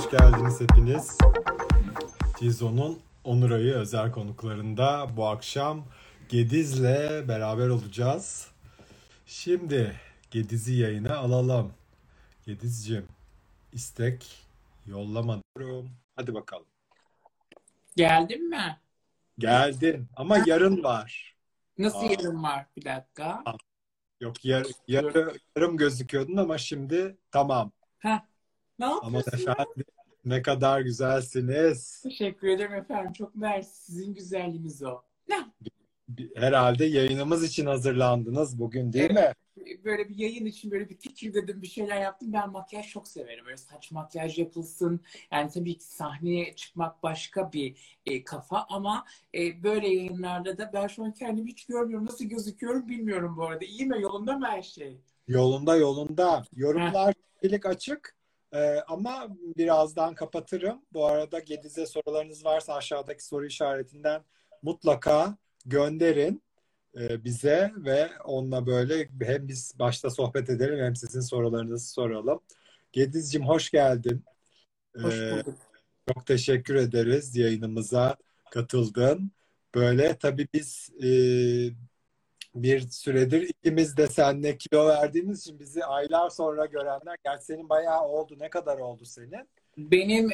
Hoş geldiniz hepiniz. Cizo'nun Onur Ayı özel konuklarında bu akşam Gediz'le beraber olacağız. Şimdi Gediz'i yayına alalım. Gediz'cim istek yollamadım. Hadi bakalım. Geldin mi? Geldin ama yarın var. Nasıl Aa, yarın var? Bir dakika. yok Dur. yarım gözüküyordun ama şimdi tamam. Heh. Ne Aman yapıyorsun ya? efendim ne kadar güzelsiniz. Teşekkür ederim efendim. Çok mersi. Sizin güzelliğiniz o. Ne? Herhalde yayınımız için hazırlandınız bugün değil Evet. mi? Böyle bir yayın için böyle bir fikir dedim, bir şeyler yaptım. Ben makyaj çok severim. Böyle saç makyaj yapılsın. Yani tabii ki sahneye çıkmak başka bir kafa ama böyle yayınlarda da ben şu an kendimi hiç görmüyorum. Nasıl gözüküyorum bilmiyorum bu arada. İyi mi? Yolunda mı her şey? Yolunda yolunda. Heh. Yorumlar şimdilik açık. Ama birazdan kapatırım. Bu arada Gediz'e sorularınız varsa aşağıdaki soru işaretinden mutlaka gönderin bize ve onunla böyle hem biz başta sohbet edelim hem sizin sorularınızı soralım. Gediz'cim hoş geldin. Hoş Ee, bulduk. Çok teşekkür ederiz yayınımıza katıldın. Böyle tabii biz bir süredir ikimiz de seninle kilo verdiğimiz için bizi aylar sonra görenler, gerçi senin bayağı oldu. Ne kadar oldu senin? Benim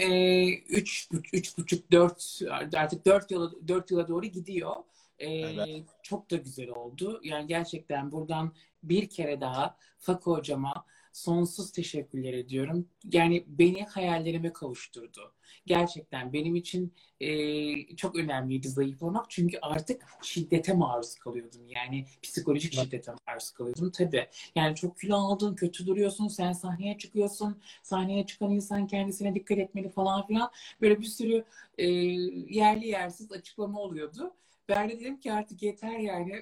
3,5 4 artık 4 yıla doğru gidiyor. Evet. Çok da güzel oldu. Yani gerçekten buradan bir kere daha Fakı hocama sonsuz teşekkürler ediyorum. Yani beni hayallerime kavuşturdu. Gerçekten benim için çok önemliydi zayıflamak. Çünkü artık şiddete maruz kalıyordum. Yani psikolojik şiddete maruz kalıyordum. Tabii. Yani çok kilo aldın, kötü duruyorsun, sen sahneye çıkıyorsun. Sahneye çıkan insan kendisine dikkat etmeli falan filan. Böyle bir sürü yerli yersiz açıklama oluyordu. Ben de dedim ki artık yeter yani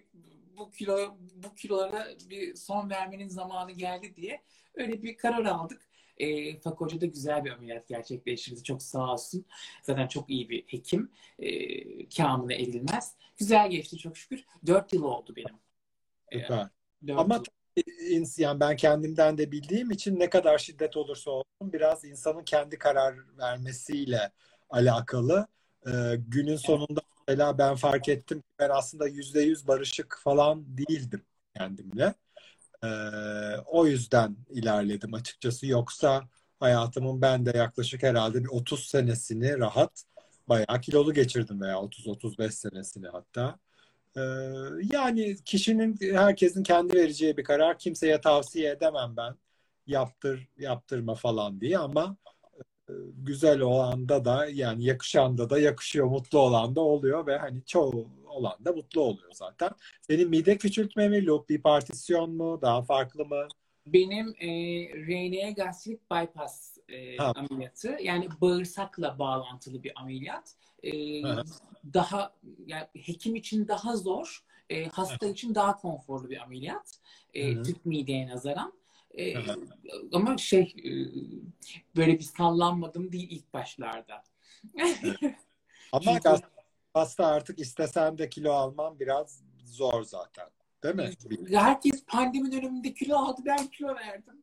bu kilolara bir son vermenin zamanı geldi diye öyle bir karar aldık. Fakı Hoca da güzel bir ameliyat gerçekleştirdi. Çok sağ olsun. Zaten çok iyi bir hekim. Kamını erilmez. Güzel geçti çok şükür. 4 yıl oldu benim. E, Süper. 4 Ama yıl. tabii yani ben kendimden de bildiğim için ne kadar şiddet olursa olsun biraz insanın kendi karar vermesiyle alakalı. Günün Evet. sonunda mesela ben fark ettim ki ben aslında %100 barışık falan değildim kendimle. Ee, O yüzden ilerledim açıkçası. Yoksa hayatımın ben de yaklaşık herhalde bir 30 senesini rahat bayağı kilolu geçirdim veya 30-35 senesini hatta. Ee, Yani herkesin kendi vereceği bir karar. Kimseye tavsiye edemem ben. Yaptırma falan diye ama güzel olanda da yani yakışanda da yakışıyor, mutlu olan da oluyor ve hani çoğu olan da mutlu oluyor zaten. Senin mide küçültme mi, loop partisyon mu, daha farklı mı? Benim RNA gastrik bypass Ha, ameliyatı yani bağırsakla bağlantılı bir ameliyat. E, hı hı, daha yani hekim için daha zor, hı hasta için daha konforlu bir ameliyat. hı, Tüp mideye nazaran. hı E, hı. ama böyle bir sallanmadım değil ilk başlarda. Evet. Ama Çünkü hasta artık istesen de kilo alman biraz zor zaten. Değil mi? herkes pandemi döneminde kilo aldı, ben kilo verdim.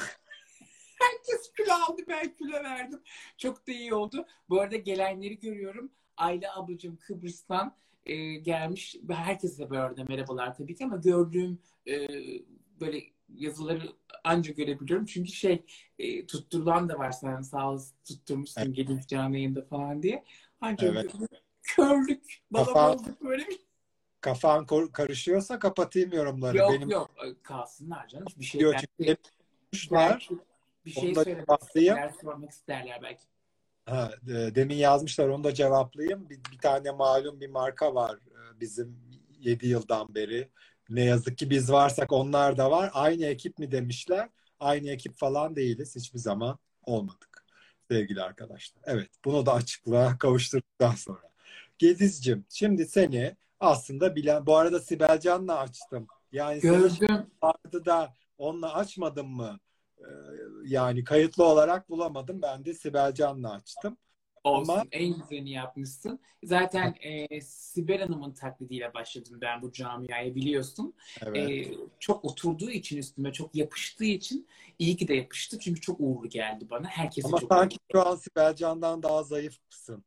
Herkes kilo aldı, ben kilo verdim. Çok da iyi oldu. Bu arada gelenleri görüyorum. Ayla ablacığım Kıbrıs'tan gelmiş. Herkese bu arada merhabalar tabii ki ama gördüğüm e, böyle yazıları anca görebiliyorum. Çünkü tutturulan da var, sen sağ ol Evet. tutturmuşsun gelin canlı yayında falan diye. Anca Evet. görüyorum. Körlük, bala Kafan, bozduk böyle bir. kafan karışıyorsa kapatayım yorumları. Yok Benim yok, kalsınlar canım. Bir şey diyor çünkü belki, demişler. belki bir şey Onu da söylemek cevaplayayım. isterler, sormak isterler belki. Demin yazmışlar onu da cevaplayayım. Bir tane malum bir marka var bizim 7 yıldan beri. Ne yazık ki biz varsak onlar da var. Aynı ekip mi demişler. Aynı ekip falan değiliz. Hiçbir zaman olmadık sevgili arkadaşlar. Evet, bunu da açıklığa kavuşturduktan sonra. Gedizciğim, şimdi seni aslında bilen, bu arada Sibel Can'la açtım. Yani senin Gördüm. vardı da onunla açmadın mı? Ee, Yani kayıtlı olarak bulamadım. Ben de Sibel Can'la açtım. Ama Olsun. En güzelini yapmışsın. Zaten Sibel Hanım'ın taklidiyle başladım ben bu camiaya, biliyorsun. evet. E, Çok oturduğu için üstüme, çok yapıştığı için iyi ki de yapıştı. Çünkü çok uğurlu geldi bana. Herkese Ama çok uğurlu. sanki şu an Sibel Can'dan daha zayıfsın.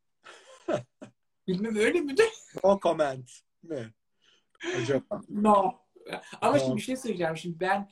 Bilmem öyle mi de? No comment mi acaba? No. Ama şimdi No. bir şey söyleyeceğim. Şimdi ben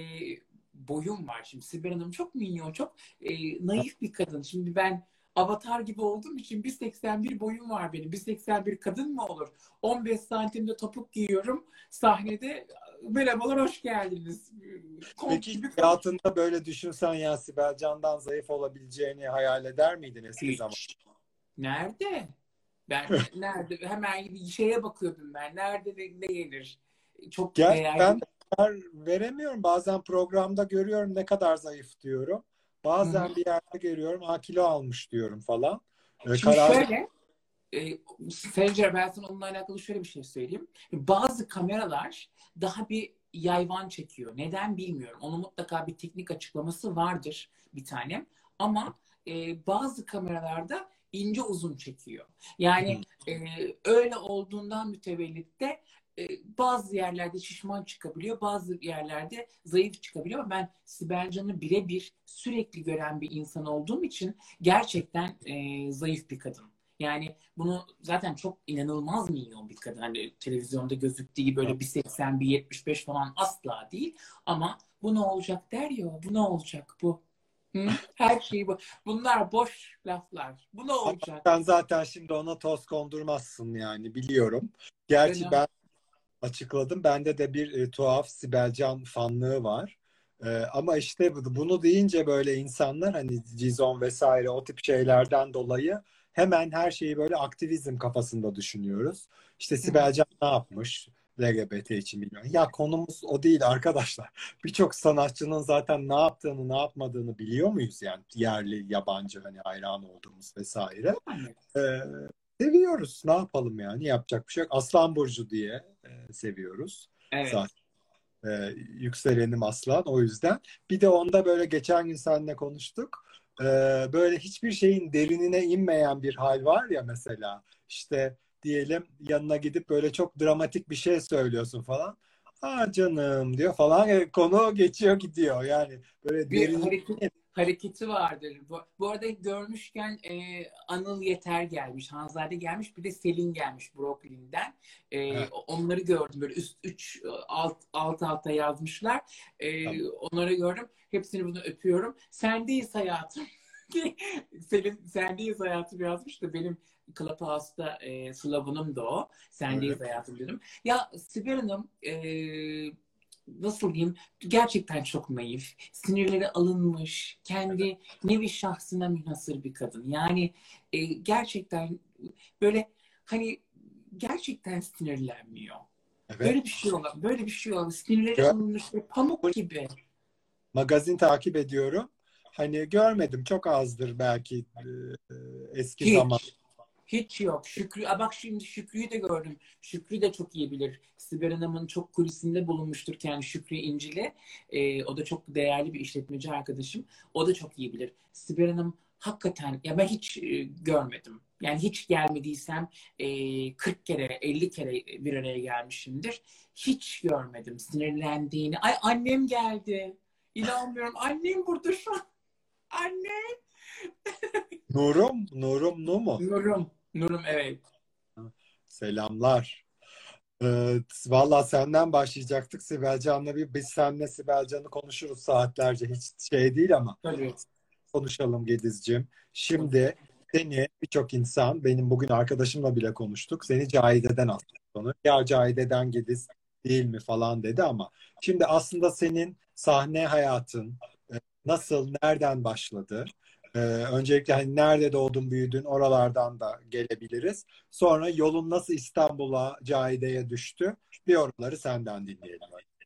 boyum var. Şimdi Sibel Hanım çok minyon, çok naif bir kadın. Şimdi ben avatar gibi olduğum için 1,81 boyum var benim. 1,81 kadın mı olur? 15 santimde topuk giyiyorum. Sahnede merhabalar, hoş geldiniz. Kont Peki gibi kadın. hayatında böyle düşünsen ya Sibel Can'dan zayıf olabileceğini hayal eder miydin eski zaman? Hiç. Nerede? Ben nerede? Hemen bir şeye bakıyordum ben. Nerede ne gelir? Çok değerli. Gerçekten karar veremiyorum. Bazen programda görüyorum ne kadar zayıf diyorum. Hı hı. Bazen bir yerde görüyorum kilo almış diyorum falan. Şimdi Karar şöyle, e, Sencer, ben sana onunla alakalı şöyle bir şey söyleyeyim. Bazı kameralar daha bir yayvan çekiyor. Neden bilmiyorum. Onun mutlaka bir teknik açıklaması vardır bir tane. Ama bazı kameralarda ince uzun çekiyor. Yani öyle olduğundan mütevellit de bazı yerlerde şişman çıkabiliyor, bazı yerlerde zayıf çıkabiliyor. Ama ben Sibel Can'ı birebir sürekli gören bir insan olduğum için gerçekten zayıf bir kadın. Yani bunu zaten çok inanılmaz minyon bir kadın. Hani televizyonda gözüktüğü gibi böyle 1,80, 1,75 falan asla değil. Ama bu ne olacak der ya, bu ne olacak bu? Hı? Her şeyi bu. Bunlar boş laflar. Bu ne ama olacak sen zaten şimdi ona toz kondurmazsın yani biliyorum. Gerçi canım? ben açıkladım. Bende de bir tuhaf Sibel Can fanlığı var. Ama işte bunu deyince böyle insanlar hani Cizon vesaire o tip şeylerden dolayı hemen her şeyi böyle aktivizm kafasında düşünüyoruz. İşte Hı hı. Sibel Can ne yapmış? LGBT için bilmiyorum. Ya konumuz o değil arkadaşlar. Birçok sanatçının zaten ne yaptığını, ne yapmadığını biliyor muyuz yani? Yerli, yabancı hani hayran olduğumuz vesaire. Yani, Ee, Seviyoruz. Ne yapalım yani? Yapacak bir şey yok. Aslan Burcu diye seviyoruz. evet. Zaten yükselenim aslan o yüzden. Bir de onda böyle geçen gün seninle konuştuk. Böyle hiçbir şeyin derinine inmeyen bir hal var ya mesela. İşte diyelim yanına gidip böyle çok dramatik bir şey söylüyorsun falan. Aa canım diyor falan. Konu geçiyor gidiyor. Yani böyle Bir derin hareketi vardır. Bu arada görmüşken Anıl Yeter gelmiş, Hanzade gelmiş, bir de Selin gelmiş Brooklyn'den. Onları gördüm, böyle üst üç alt alta yazmışlar. Onları gördüm. Hepsini bunu öpüyorum. Sendeyiz hayatım. Selin sendeyiz hayatım yazmış da benim Clubhouse'da sloganım da o. öyle. Sendeyiz hayatım dedim. Ya Sibel Hanım, nasıl diyeyim, gerçekten çok naif, sinirleri alınmış, kendi nevi şahsına münhasır bir kadın. Yani gerçekten böyle, hani gerçekten sinirlenmiyor. Evet. Böyle bir şey olan, böyle bir şey olan, sinirleri alınmış ve pamuk gibi. Magazin takip ediyorum. Hani görmedim çok azdır belki eski zaman. Hiç. Hiç yok. Şükrü, bak şimdi Şükrü'yü de gördüm. Şükrü de çok iyi bilir. Sibel Hanım'ın çok kulisinde bulunmuştur kendi Şükrü İncil'i. O da çok değerli bir işletmeci arkadaşım. O da çok iyi bilir. Sibel Hanım hakikaten, ya ben hiç görmedim. Yani hiç gelmediysem 40 kere 50 kere bir araya gelmişimdir. Hiç görmedim sinirlendiğini. Ay, annem geldi. İnanmıyorum. Annem burada şu an. Anne. Nurum, Nurum Nu mu? Nurum. Nurum, evet. Selamlar. Valla senden başlayacaktık Sibel Can'la biz seninle Sibel Can'ı konuşuruz saatlerce hiç şey değil ama Tabii. konuşalım Gedizciğim. Şimdi seni birçok insan benim bugün arkadaşımla bile konuştuk. Seni Cahide'den attı onu. Ya Cahide'den Gediz değil mi falan dedi ama şimdi aslında senin sahne hayatın nasıl, nereden başladı? Öncelikle hani nerede doğdun, büyüdün, oralardan da gelebiliriz. Sonra yolun nasıl İstanbul'a, Cahide'ye düştü? Bir oraları senden dinleyelim.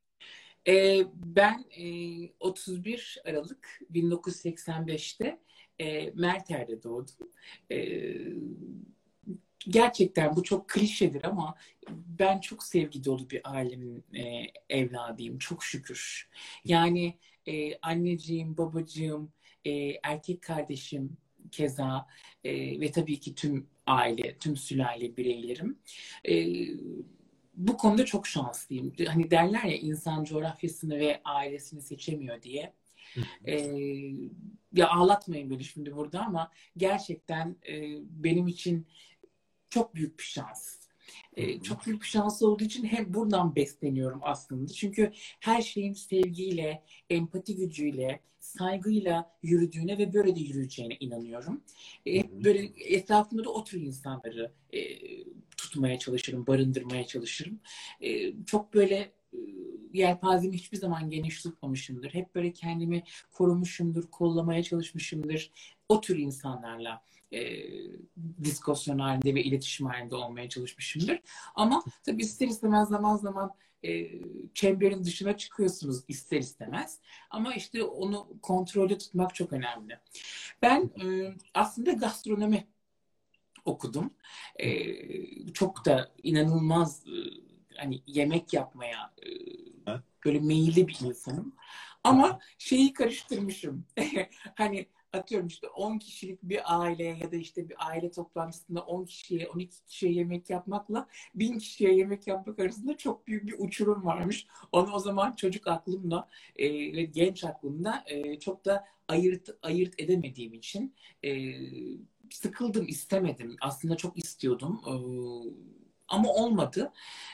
Ben 31 Aralık 1985'te Merter'de doğdum. E, Gerçekten bu çok klişedir ama ben çok sevgi dolu bir ailenin evladıyım. Çok şükür. Yani anneciğim, babacığım, erkek kardeşim, keza ve tabii ki tüm aile, tüm sülale bireylerim. E, Bu konuda çok şanslıyım. Hani derler ya, insan coğrafyasını ve ailesini seçemiyor diye. Hı hı. Ya ağlatmayın beni şimdi burada ama gerçekten benim için çok büyük bir şans. Hı hı. Çok büyük bir şans olduğu için hem buradan besleniyorum aslında. Çünkü her şeyin sevgiyle, empati gücüyle, saygıyla yürüdüğüne ve böyle de yürüyeceğine inanıyorum. Hı Hep hı. böyle etrafımda da o tür insanları tutmaya çalışırım, barındırmaya çalışırım. Çok böyle yelpazemi hiçbir zaman geniş tutmamışımdır. Hep böyle kendimi korumuşumdur, kollamaya çalışmışımdır. O tür insanlarla e, diskusyon halinde ve iletişim halinde olmaya çalışmışımdır. Ama tabii ister istemez zaman zaman çemberin dışına çıkıyorsunuz ister istemez. Ama işte onu kontrolde tutmak çok önemli. Ben aslında gastronomi okudum. Çok da inanılmaz hani yemek yapmaya Ha? böyle meyilli bir insanım. Ama şeyi karıştırmışım. Hani atıyorum işte 10 kişilik bir aile ya da işte bir aile toplantısında 10 kişiye, 12 kişiye yemek yapmakla 1000 kişiye yemek yapmak arasında çok büyük bir uçurum varmış. Onu o zaman çocuk aklımla ve genç aklımda çok da ayırt edemediğim için sıkıldım, istemedim. Aslında çok istiyordum. Ama olmadı.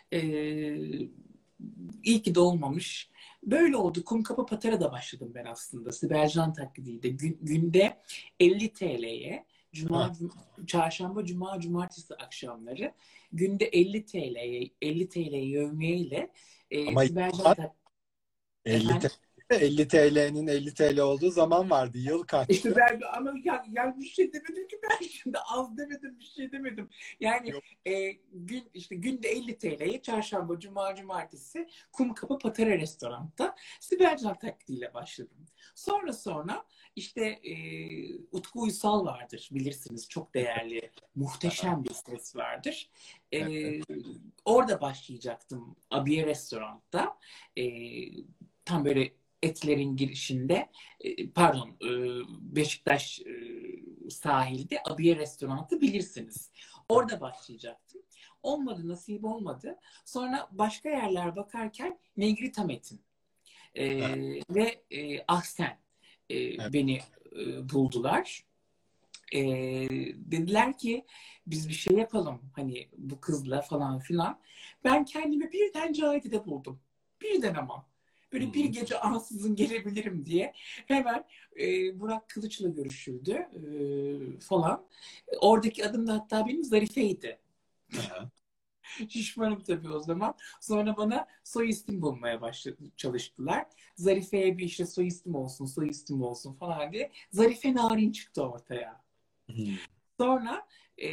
İyi ki de olmamış. Böyle oldu. Kumkapı Patara'da başladım ben aslında. Sibel Can taklidiydi. Günde 50 TL'ye Ha. çarşamba, cuma, cumartesi akşamları günde 50 TL'ye 50 TL yevmiye ile Ama Sibel Can 50 efendim. TL, 50 TL'nin 50 TL olduğu zaman vardı. Yıl İşte kaçtı? ben ama ya bir şey demedim ki ben şimdi az demedim bir şey demedim. Yani Yok. işte günde 50 TL'ye çarşamba, cuma, cumartesi Kumkapı Patara restoranda Sibel Can taklidiyle başladım. Sonra işte Utku Uysal vardır bilirsiniz, çok değerli, Aha. muhteşem bir ses vardır. E, Evet. Orada başlayacaktım Abiye restoranda. E, Tam böyle Etlerin girişinde pardon Beşiktaş sahilde Abiye Restoran'ı bilirsiniz. Tabii. Orada başlayacaktım. Olmadı, nasip olmadı. Sonra başka yerler bakarken Negrita Metin Ha. ve Ahsen Evet. beni buldular. E, Dediler ki biz bir şey yapalım hani bu kızla falan filan. Ben kendimi birden Cahide'de buldum. Birden ama. Hı Böyle bir hı. gece ansızın gelebilirim diye. Hemen Burak Kılıç'la görüşüldü falan. Oradaki adım da hatta benim Zarife'ydi. Aha. Şişmanım tabii o zaman. Sonra bana soy isim bulmaya çalıştılar. Zarife'ye bir işte soy isim olsun, soy isim olsun falan diye. Zarife Narin çıktı ortaya. Hı. Sonra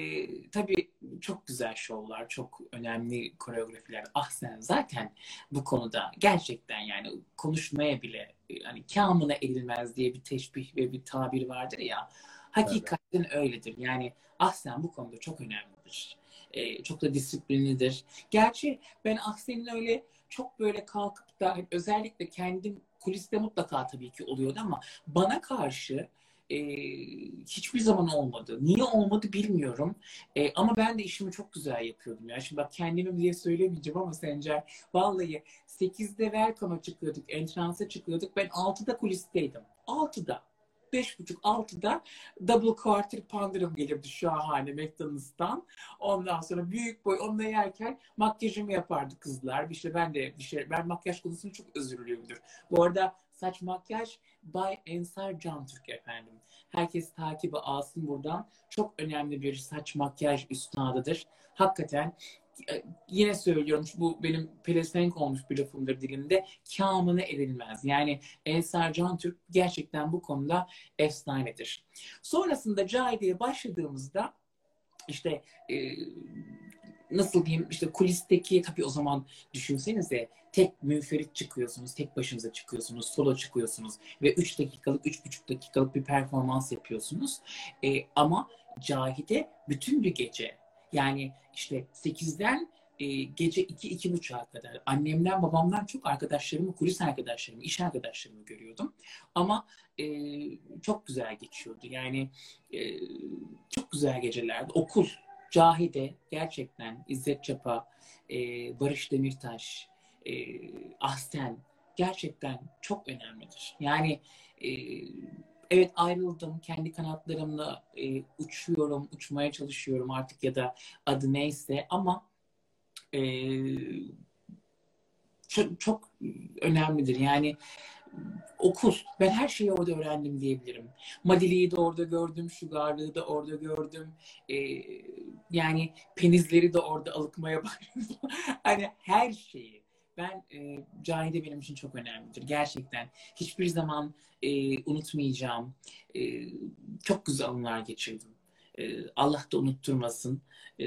tabii çok güzel şovlar, çok önemli koreografiler. Ah sen zaten bu konuda gerçekten yani konuşmaya bile hani kamına edilmez diye bir teşbih ve bir tabir vardır ya. Tabii. Hakikaten öyledir. Yani Ahsen bu konuda çok önemlidir. Çok da disiplinlidir. Gerçi ben Ahsen'in öyle çok böyle kalkıp da özellikle kendim kuliste mutlaka tabii ki oluyordu ama bana karşı e, hiçbir zaman olmadı. Niye olmadı bilmiyorum. Ama ben de işimi çok güzel yapıyordum. Ya. Şimdi bak kendimi diye söylemeyeceğim ama Sencer, vallahi 8'de Welcome'a çıkıyorduk, entrance'a çıkıyorduk. Ben 6'da kulisteydim. 6'da. 5.30-6'da Double Quarter Pounder'ım gelirdi şahane McDonald's'tan. Ondan sonra büyük boy onunla yerken makyajımı yapardı kızlar. İşte ben de ben makyaj konusunu çok özürlüyümdür. Bu arada saç makyaj Bay Ensar Cantürk efendim. Herkes takibi alsın buradan. Çok önemli bir saç makyaj üstadıdır. Hakikaten yine söylüyorum, bu benim pelesenk olmuş bir lafımdır dilimde. Kamına edilmez. Yani Ensar Cantürk gerçekten bu konuda efsanedir. Sonrasında Cahide'ye başladığımızda işte nasıl diyeyim işte kulisteki tabii o zaman düşünsenize tek münferit çıkıyorsunuz, tek başınıza çıkıyorsunuz, solo çıkıyorsunuz ve 3 dakikalık, 3,5 dakikalık bir performans yapıyorsunuz. Ama Cahide bütün bir gece yani işte 8'den gece 2-2.30'a kadar annemden babamdan çok arkadaşlarımı, kulis arkadaşlarımı, iş arkadaşlarımı görüyordum. Ama e, çok güzel geçiyordu. Yani e, çok güzel gecelerdi. Okul, Cahide, gerçekten İzzet Çapa, e, Barış Demirtaş, e, Ahsen gerçekten çok önemlidir. Yani e, evet, ayrıldım. Kendi kanatlarımla uçuyorum, uçmaya çalışıyorum artık, ya da adı neyse, ama e, çok önemlidir. Yani okul. Ben her şeyi orada öğrendim diyebilirim. Madili'yi de orada gördüm, Sugar'lığı da orada gördüm. E, Yani penizleri de orada alıkmaya başladım. Hani her şeyi. Ben Cahide benim için çok önemlidir. Gerçekten hiçbir zaman unutmayacağım. E, Çok güzel anılar geçirdim. Allah da unutturmasın. E,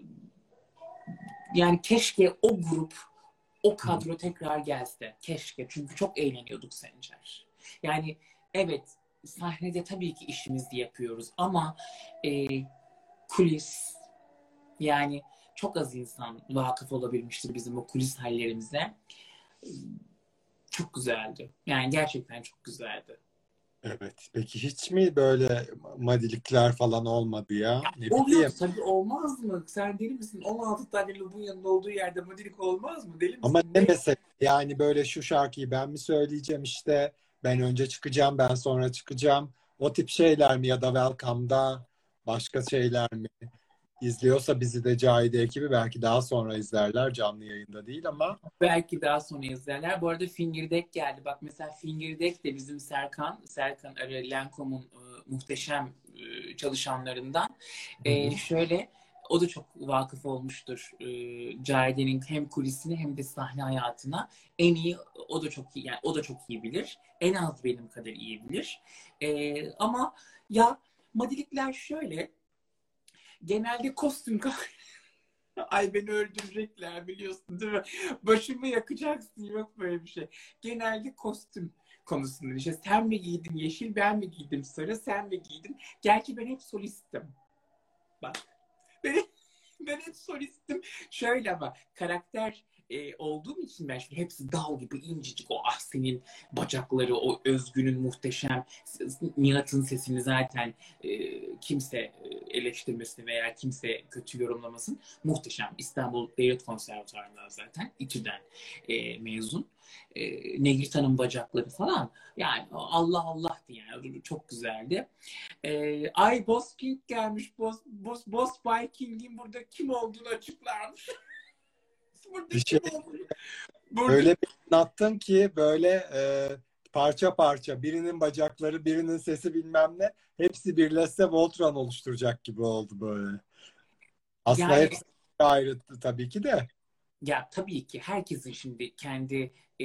Yani keşke o grup, o kadro tekrar gelse. Keşke. Çünkü çok eğleniyorduk Sencer. Yani evet, sahnede tabii ki işimizi yapıyoruz ama e, kulis, yani çok az insan vakıf olabilmiştir bizim o kulis hallerimize. Çok güzeldi. Yani gerçekten çok güzeldi. Evet. Peki hiç mi böyle madilikler falan olmadı ya? Ne Oluyordu bileyim. tabii, olmaz mı? Sen deli misin? 16 tane Lubunya'nın olduğu yerde madilik olmaz mı? Deli Ama misin? ne Ne? mesela yani böyle şu şarkıyı ben mi söyleyeceğim işte ben önce çıkacağım ben sonra çıkacağım. O tip şeyler mi ya da Welcome'da başka şeyler mi? İzliyorsa bizi de Cahide ekibi belki daha sonra izlerler canlı yayında değil ama Belki daha sonra izlerler. Bu arada Fingerdeck geldi. Bak mesela Fingerdeck de bizim Serkan Arı Lenkom'un muhteşem çalışanlarından. hı hı. Şöyle, o da çok vakıf olmuştur. Cahide'nin hem kulisine hem de sahne hayatına. En iyi o da çok iyi. Yani o da çok iyi bilir. En az benim kadar iyi bilir. Ama ya, madilikler şöyle, genelde kostüm ay, beni öldürecekler biliyorsun değil mi? Başımı yakacaksın, yok böyle bir şey. Genelde kostüm konusunda işte, sen mi giydin yeşil, ben mi giydim sarı, sen mi giydin? Gerçi ben hep solistim. Bak, ben, ben hep solistim. Şöyle, ama karakter olduğum için ben şimdi hepsi dal gibi incecik, o Ahsen'in bacakları, o Özgün'ün muhteşem, Nihat'ın sesini zaten kimse eleştirmesin veya kimse kötü yorumlamasın. Muhteşem. İstanbul Devlet Konservatuvarı'ndan zaten. İTÜ'den mezun. Negrita'nın bacakları falan. Yani Allah Allah'tı yani. Çok güzeldi. Ay, Boss King gelmiş. Boss Viking'in burada kim olduğunu açıklarmış. Burada Bir kim şey olduğunu. Burada öyle bir anlattın ki böyle parça parça birinin bacakları birinin sesi bilmem ne hepsi birleşse Voltron oluşturacak gibi oldu böyle. Aslında yani, hepsi ayrı tabii ki de. ya tabii ki herkesin şimdi e,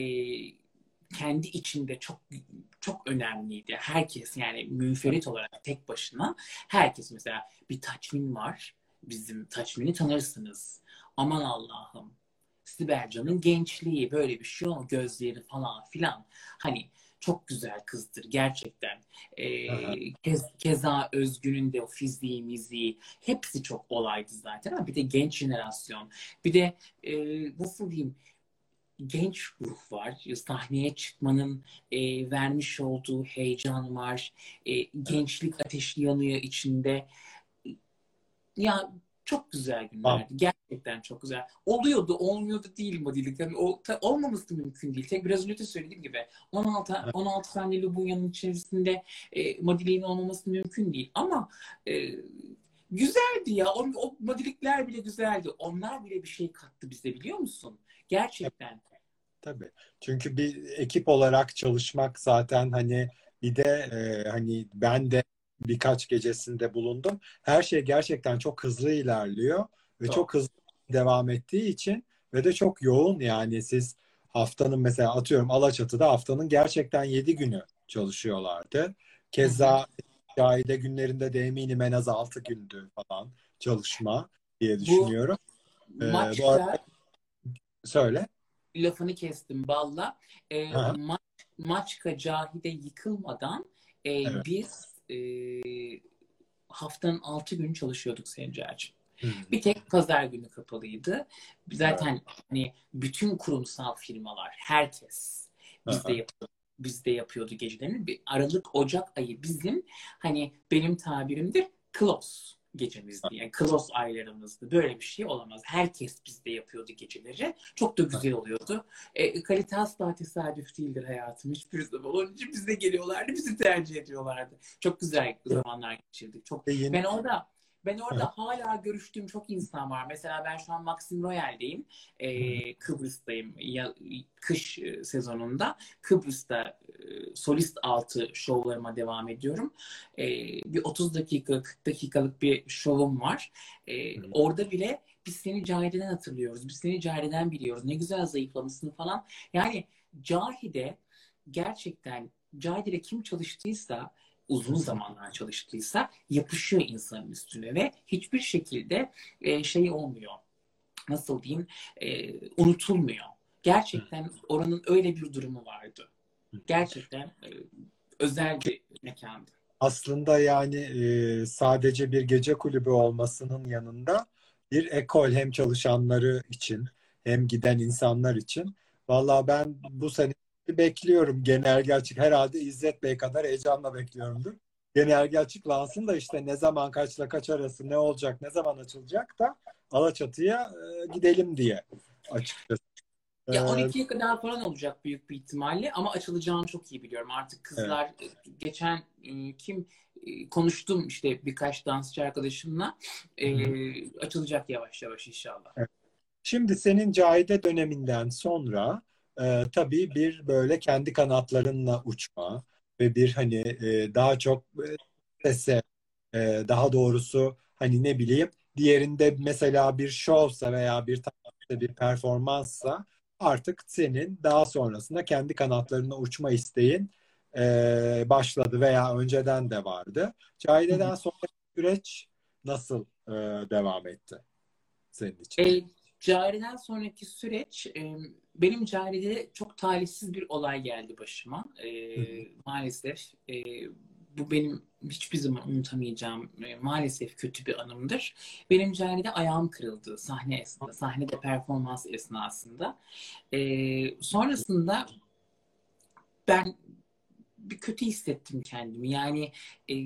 kendi içinde çok çok önemliydi. Herkes, yani münferit olarak tek başına, herkes, mesela bir Taçmin var. Bizim Taçmin'i tanırsınız. Aman Allah'ım. Sibel Can'ın gençliği, böyle bir şey, ama gözleri falan filan. Hani çok güzel kızdır gerçekten. Aha. Keza Özgün'ün de o fiziği, miziği hepsi çok olaydı zaten, ama bir de genç jenerasyon. Bir de nasıl diyeyim, genç ruh var. Sahneye çıkmanın vermiş olduğu heyecan var. Evet. Gençlik ateşi yanıyor içinde. Ya, çok güzel Tamam. günlerdi. Gerçekten çok güzel. Oluyordu, olmuyordu değil modelik. Yani olmaması mümkün değil. Tek biraz önce de söylediğim gibi 16 tane Lubunya'nın içerisinde modeliğin olmaması mümkün değil. Ama e, güzeldi ya. O modelikler bile güzeldi. Onlar bile bir şey kattı bize, biliyor musun? Gerçekten. Tabii. Çünkü bir ekip olarak çalışmak zaten hani bir de hani ben de birkaç gecesinde bulundum. Her şey gerçekten çok hızlı ilerliyor ve çok Çok. hızlı devam ettiği için ve de çok yoğun yani siz haftanın mesela atıyorum Alaçatı'da haftanın gerçekten 7 günü çalışıyorlardı. Hı hı. Keza Cahide günlerinde de eminim en az 6 gündü falan çalışma diye Bu düşünüyorum. Bu arada maçta, söyle. lafını kestim balla. Hı hı. Maçka Cahide yıkılmadan Evet. biz haftanın 6 günü çalışıyorduk Sencer'cim. Bir tek pazar günü kapalıydı. Evet. Zaten hani bütün kurumsal firmalar, herkes bizde Aha. yapıyordu. Bizde yapıyordu gecelerini. Bir Aralık, Ocak ayı bizim hani benim tabirimdir close gecemizdi. Yani close aylarımızdı. Böyle bir şey olamaz. Herkes bizde yapıyordu geceleri. Çok da güzel oluyordu. Kalite asla tesadüf değildir hayatım. Hiçbir zaman. Onun için bize geliyorlardı. Bizi tercih ediyorlardı. Çok güzel zamanlar geçirdik. Çok. Yeni. Ben orada hala görüştüğüm çok insan var. Mesela ben şu an Maxim Royal'deyim. Kıbrıs'tayım. Kış sezonunda. Kıbrıs'ta solist altı şovlarıma devam ediyorum. Bir 30 dakika, 40 dakikalık bir şovum var. Orada bile biz seni Cahide'den hatırlıyoruz. Biz seni Cahide'den biliyoruz. Ne güzel zayıflamışsın falan. Yani Cahide gerçekten Cahide'de kim çalıştıysa uzun zamanlar çalıştıysa yapışıyor insanın üstüne ve hiçbir şekilde şey olmuyor. Nasıl diyeyim? Unutulmuyor. Gerçekten oranın öyle bir durumu vardı. Gerçekten özel bir mekandı. Aslında yani sadece bir gece kulübü olmasının yanında bir ekol, hem çalışanları için hem giden insanlar için. Vallahi ben bu sene bekliyorum. Genelge açık, herhalde İzzet Bey kadar heyecanla bekliyorumdur. Genelge açıklansın da işte ne zaman, kaçla kaç arası, ne olacak, ne zaman açılacak da Alaçatı'ya gidelim diye açıkçası. Ya E, 12'ye kadar falan olacak büyük bir ihtimalle ama açılacağını çok iyi biliyorum. Artık evet. kızlar geçen konuştum işte birkaç dansçı arkadaşımla açılacak yavaş yavaş inşallah. Şimdi senin Cahide döneminden sonra tabii bir böyle kendi kanatlarınla uçma ve bir hani daha çok sese, daha doğrusu hani ne bileyim, diğerinde mesela bir şovsa veya bir tane bir performanssa artık senin daha sonrasında kendi kanatlarına uçma isteğin başladı veya önceden de vardı. Cahide'den sonra süreç nasıl devam etti senin için? E, Cari'den sonraki süreç benim Cari'de çok talihsiz bir olay geldi başıma. Hı hı. Maalesef bu benim hiçbir zaman unutamayacağım maalesef kötü bir anımdır. Benim Cari'de ayağım kırıldı sahnede performans esnasında. Sonrasında ben bir kötü hissettim kendimi. Yani e,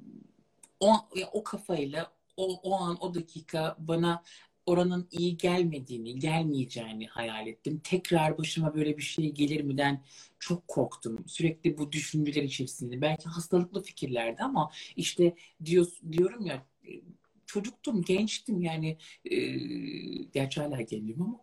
o kafayla o an o dakika bana oranın iyi gelmediğini, gelmeyeceğini hayal ettim. Tekrar başıma böyle bir şey gelir mi'den çok korktum. Sürekli bu düşünceler içerisinde. Belki hastalıklı fikirlerdi ama işte diyorum ya çocuktum, gençtim yani gerçi hala gencim ama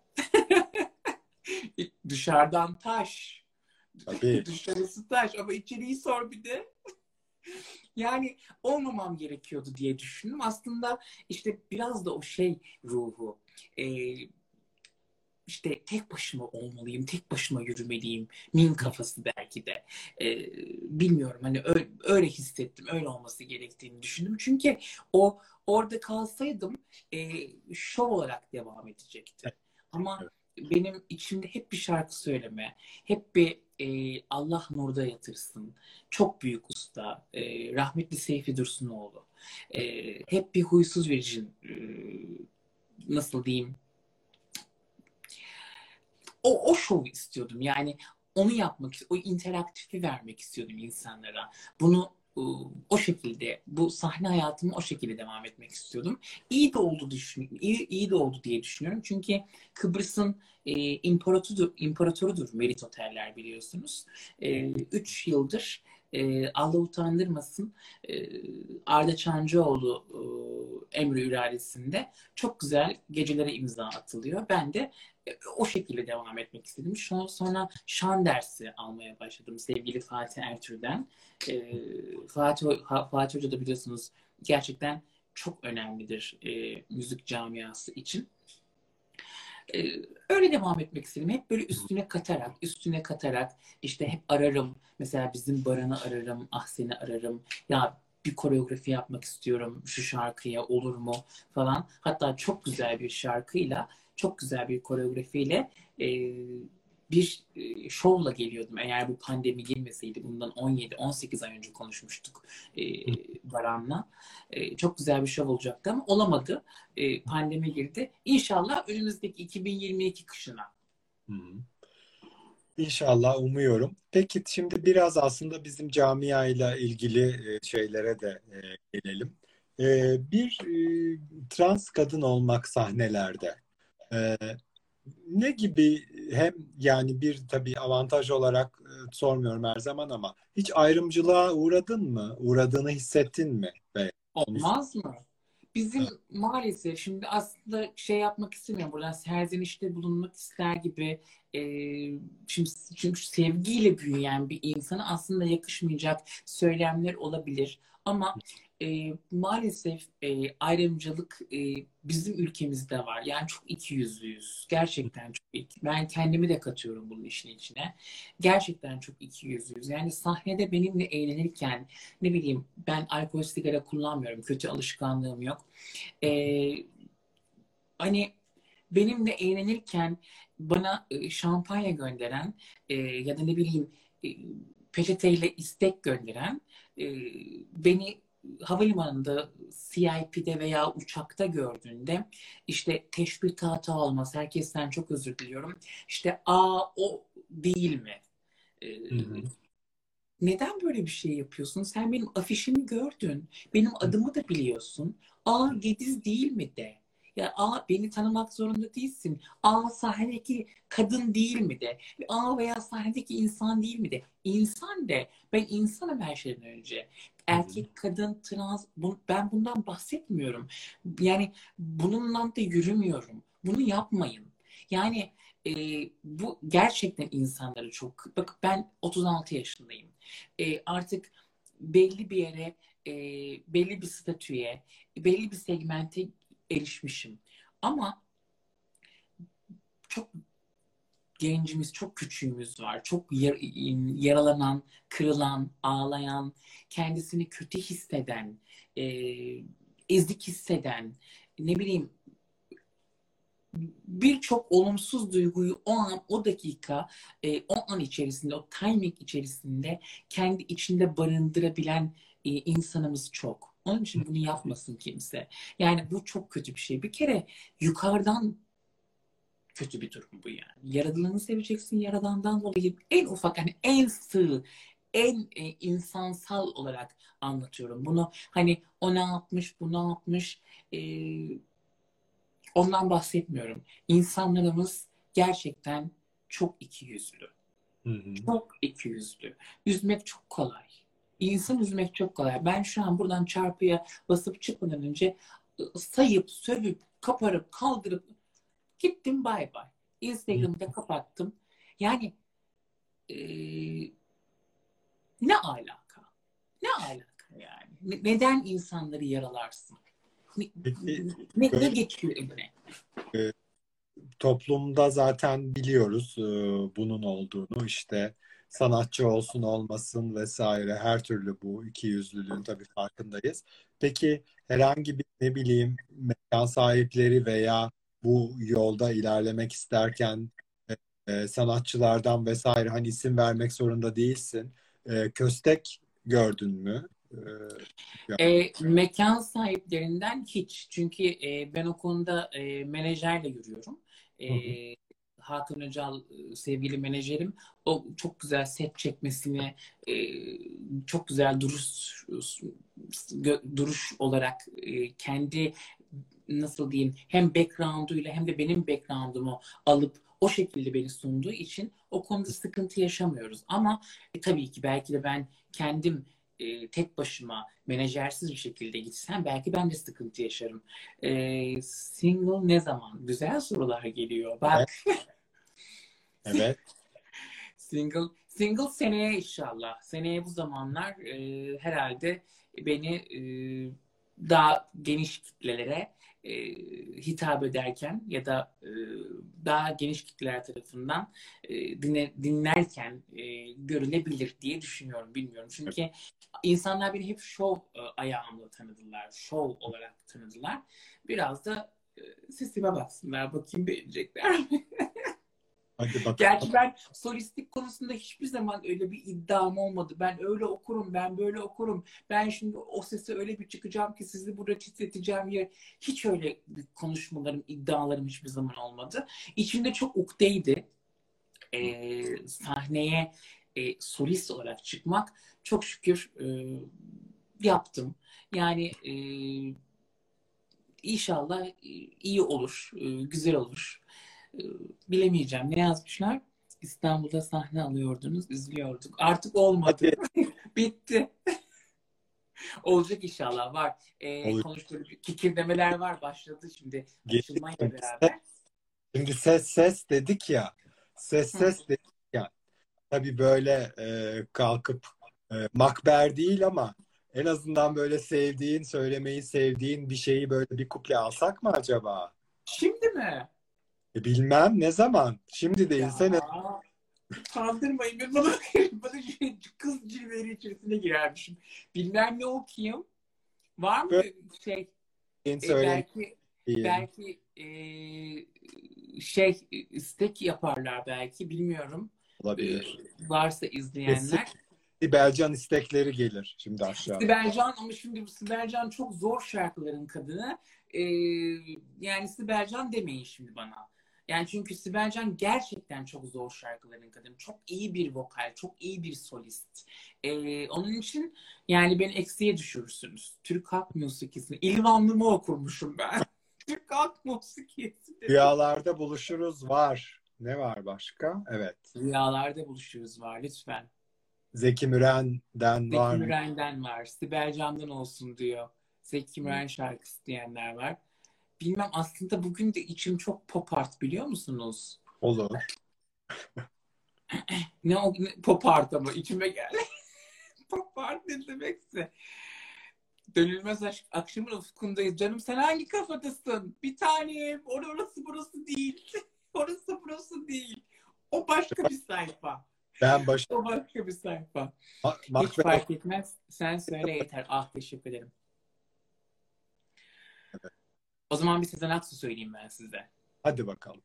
dışarıdan taş. Tabii. Dışarısı taş ama içeriği sor bir de. Yani olmamam gerekiyordu diye düşündüm. Aslında işte biraz da o şey ruhu. Ee, işte tek başıma olmalıyım, tek başıma yürümeliyim. Min kafası belki de. Bilmiyorum hani öyle hissettim, öyle olması gerektiğini düşündüm. Çünkü orada kalsaydım şov olarak devam edecekti. Ama Evet. benim içimde hep bir şarkı söyleme, hep bir Allah nurda yatırsın. Çok büyük usta, rahmetli Seyfi Dursunoğlu. Hep bir huysuz virjin, nasıl diyeyim, o şovu istiyordum. Yani onu yapmak, o interaktifi vermek istiyordum insanlara. Bunu o şekilde, bu sahne hayatımı o şekilde devam etmek istiyordum. İyi de oldu diye düşünüyorum. Çünkü Kıbrıs'ın imparatorudur Merit Oteller biliyorsunuz. 3 yıldır Allah utandırmasın e, Arda Çancıoğlu emri iradesinde çok güzel gecelere imza atılıyor. Ben de o şekilde devam etmek istedim. Sonra şan dersi almaya başladım sevgili Fatih Ertürk'den. Fatih Hoca da biliyorsunuz gerçekten çok önemlidir müzik camiası için. Öyle devam etmek istedim. Hep böyle üstüne katarak işte hep ararım. Mesela bizim Baran'ı ararım, Ahsen'i ararım. Ya bir koreografi yapmak istiyorum şu şarkıya olur mu falan. Hatta çok güzel bir şarkıyla, çok güzel bir koreografiyle bir şovla geliyordum. Eğer bu pandemi girmeseydi, bundan 17-18 ay önce konuşmuştuk e, Baran'la. Çok güzel bir şov olacaktı ama olamadı. Pandemi girdi. İnşallah önümüzdeki 2022 kışına. Hı hı. İnşallah, umuyorum. Peki şimdi biraz aslında bizim camiayla ilgili şeylere de gelelim. Bir trans kadın olmak sahnelerde e, ne gibi, hem yani bir tabii avantaj olarak sormuyorum her zaman, ama hiç ayrımcılığa uğradın mı? Uğradığını hissettin mi? Ve onu Olmaz mı? Bizim maalesef şimdi aslında şey yapmak istemiyorum. Buradan serzenişte bulunmak ister gibi e, şimdi çünkü sevgiyle büyüyen bir insana aslında yakışmayacak söylemler olabilir. Ama maalesef ayrımcılık bizim ülkemizde var. Yani çok ikiyüzlüyüz. Gerçekten çok ben kendimi de katıyorum bunun işin içine. Gerçekten çok ikiyüzlüyüz. Yani sahnede benimle eğlenirken ne bileyim ben alkol sigara kullanmıyorum. Kötü alışkanlığım yok. Ee, Hani benimle eğlenirken bana şampanya gönderen ya da ne bileyim e, peçeteyle istek gönderen e, beni havalimanında CIP'de veya uçakta gördüğünde işte teşbih tahta olmaz. Herkesten çok özür diliyorum. İşte o değil mi? E, Hı hı. Neden böyle bir şey yapıyorsun? Sen benim afişimi gördün. Benim adımı da biliyorsun. Gediz değil mi de? Ya beni tanımak zorunda değilsin. Sahnedeki kadın değil mi de? Veya sahnedeki insan değil mi de? İnsan de. Ben insanım her şeyden önce. Hı hı. Erkek, kadın, trans, ben bundan bahsetmiyorum. Yani bununla da yürümüyorum. Bunu yapmayın. Yani e, bu gerçekten insanları çok... Bak ben 36 yaşındayım. Artık belli bir yere, e, belli bir statüye, belli bir segmente erişmişim. Ama çok gencimiz, çok küçüğümüz var. Çok yaralanan, kırılan, ağlayan, kendisini kötü hisseden, e, ezik hisseden, ne bileyim birçok olumsuz duyguyu o an, o dakika, o an içerisinde, o timing içerisinde kendi içinde barındırabilen insanımız çok. Onun için bunu yapmasın kimse. Yani bu çok kötü bir şey. Bir kere yukarıdan kötü bir durum bu yani. Yaradanı seveceksin, yaradandan dolayı en ufak, hani en sığ, en insansal olarak anlatıyorum. Bunu hani o ne yapmış, bu ne yapmış, e, ondan bahsetmiyorum. İnsanlarımız gerçekten çok ikiyüzlü. Hı hı. Çok ikiyüzlü. Üzmek çok kolay. İnsan üzmek çok kolay. Ben şu an buradan çarpıya basıp çıkmadan önce sayıp, sövüp, kaparıp, kaldırıp gittim, bay bay. Hı. Instagram'ı da kapattım. Yani e, ne alaka? Ne alaka yani? Neden insanları yaralarsın? Ne, Peki ne böyle geçiyor eline? e, toplumda zaten biliyoruz bunun olduğunu, işte sanatçı olsun olmasın vesaire, her türlü bu ikiyüzlülüğün tabii farkındayız. Peki herhangi bir, ne bileyim, mekan sahipleri veya bu yolda ilerlemek isterken sanatçılardan vesaire, hani isim vermek zorunda değilsin, köstek gördün mü? Ya- Mekan sahiplerinden hiç. Çünkü ben o konuda menajerle yürüyorum. E, Hı hı. Hakan Öcal sevgili menajerim. O çok güzel set çekmesini, e, çok güzel duruş olarak kendi nasıl diyeyim hem background'uyla hem de benim background'umu alıp o şekilde beni sunduğu için o konuda sıkıntı yaşamıyoruz. Ama tabii ki belki de ben kendim tek başıma menajersiz bir şekilde gitsem belki ben de sıkıntı yaşarım. Single ne zaman? Güzel sorular geliyor. Evet, Bak evet. single seneye inşallah. Seneye bu zamanlar herhalde beni daha geniş kitlelere hitap ederken ya da daha geniş kitleler tarafından dinlerken görülebilir diye düşünüyorum. Bilmiyorum. Çünkü insanlar beni hep şov ayağımla tanıdılar. Şov olarak tanıdılar. Biraz da sesime baksınlar. Bakayım beğenecekler mi? Hadi bakalım. Gerçi ben solistlik konusunda hiçbir zaman öyle bir iddiam olmadı. Ben öyle okurum, ben böyle okurum. Ben şimdi o sese öyle bir çıkacağım ki sizi burada titreteceğim yer. Hiç öyle konuşmalarım, iddialarım hiçbir zaman olmadı. İçimde çok ukdeydi. Sahneye solist olarak çıkmak. Çok şükür yaptım. Yani inşallah iyi olur, güzel olur. E, Bilemeyeceğim. Ne yazmışlar? İstanbul'da sahne alıyordunuz, izliyorduk. Artık olmadı. Hadi Bitti. Olacak inşallah. Var. olur. Konuştuğum kikirdemeler var. Başladı şimdi. Açılmayla Şimdi beraber. ses dedik ya. Hı. Ses dedik ya. Tabii böyle kalkıp makber değil ama en azından böyle sevdiğin, söylemeyi sevdiğin bir şeyi böyle bir kuple alsak mı acaba? Şimdi mi? Bilmem ne zaman. Şimdi Ya değilse ne kandırmayın. Ben bana kız cilveleri içerisine girermişim. Bilmem ne okuyayım. Var mı böyle şey söylemeyi belki istek yaparlar belki bilmiyorum. E, olabilir. Varsa Kesin izleyenler. Sibelcan istekleri gelir şimdi aşağıda. Sibel Can ama şimdi Sibel Can çok zor şarkıların kadını. E, Yani Sibel Can demeyin şimdi bana. Yani çünkü Sibel Can gerçekten çok zor şarkıların kadını. Çok iyi bir vokal, çok iyi bir solist. Onun için yani beni eksiye düşürürsünüz. Türk halk musikisini. İlvanlımı okurmuşum ben. Türk halk musikisi dedim. Rüyalarda buluşuruz var. Ne var başka? Evet. Rüyalarda buluşuyoruz var lütfen. Zeki Müren'den var Zeki mı? Müren'den var. Sibel Can'dan olsun diyor. Zeki Müren şarkısı diyenler var. Bilmem aslında bugün de içim çok pop art biliyor musunuz? Olur. Pop art ama içime geldi. Pop art ne demekse. Dönülmez aşk akşamın ufkundayız. Canım sen hangi kafadasın? Bir tanem. Orası burası değil. Orası burası değil. O başka bir sayfa. Ben baş O başka bir sayfa. Hiç Makbel fark etmez. Sen söyle yeter. Ah teşekkür ederim. O zaman bir Sezen Aksu söyleyeyim ben size. hadi bakalım.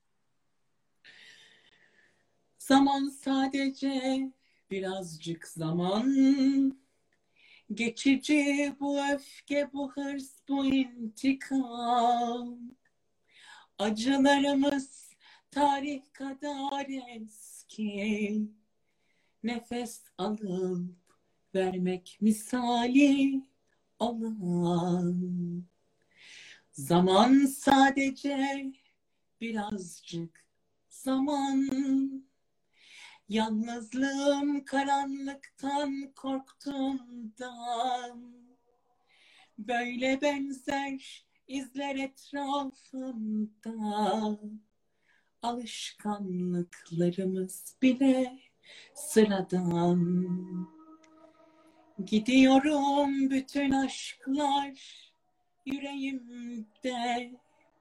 Zaman sadece birazcık zaman. Geçici bu öfke, bu hırs, bu intikam. Acılarımız tarih kadar eski. Nefes alıp vermek misali olan. Zaman sadece birazcık zaman. Yalnızlığım karanlıktan korktuğumdan. Böyle benzer izler etrafımda. Alışkanlıklarımız bile sıradan. Gidiyorum bütün aşklar yüreğimde.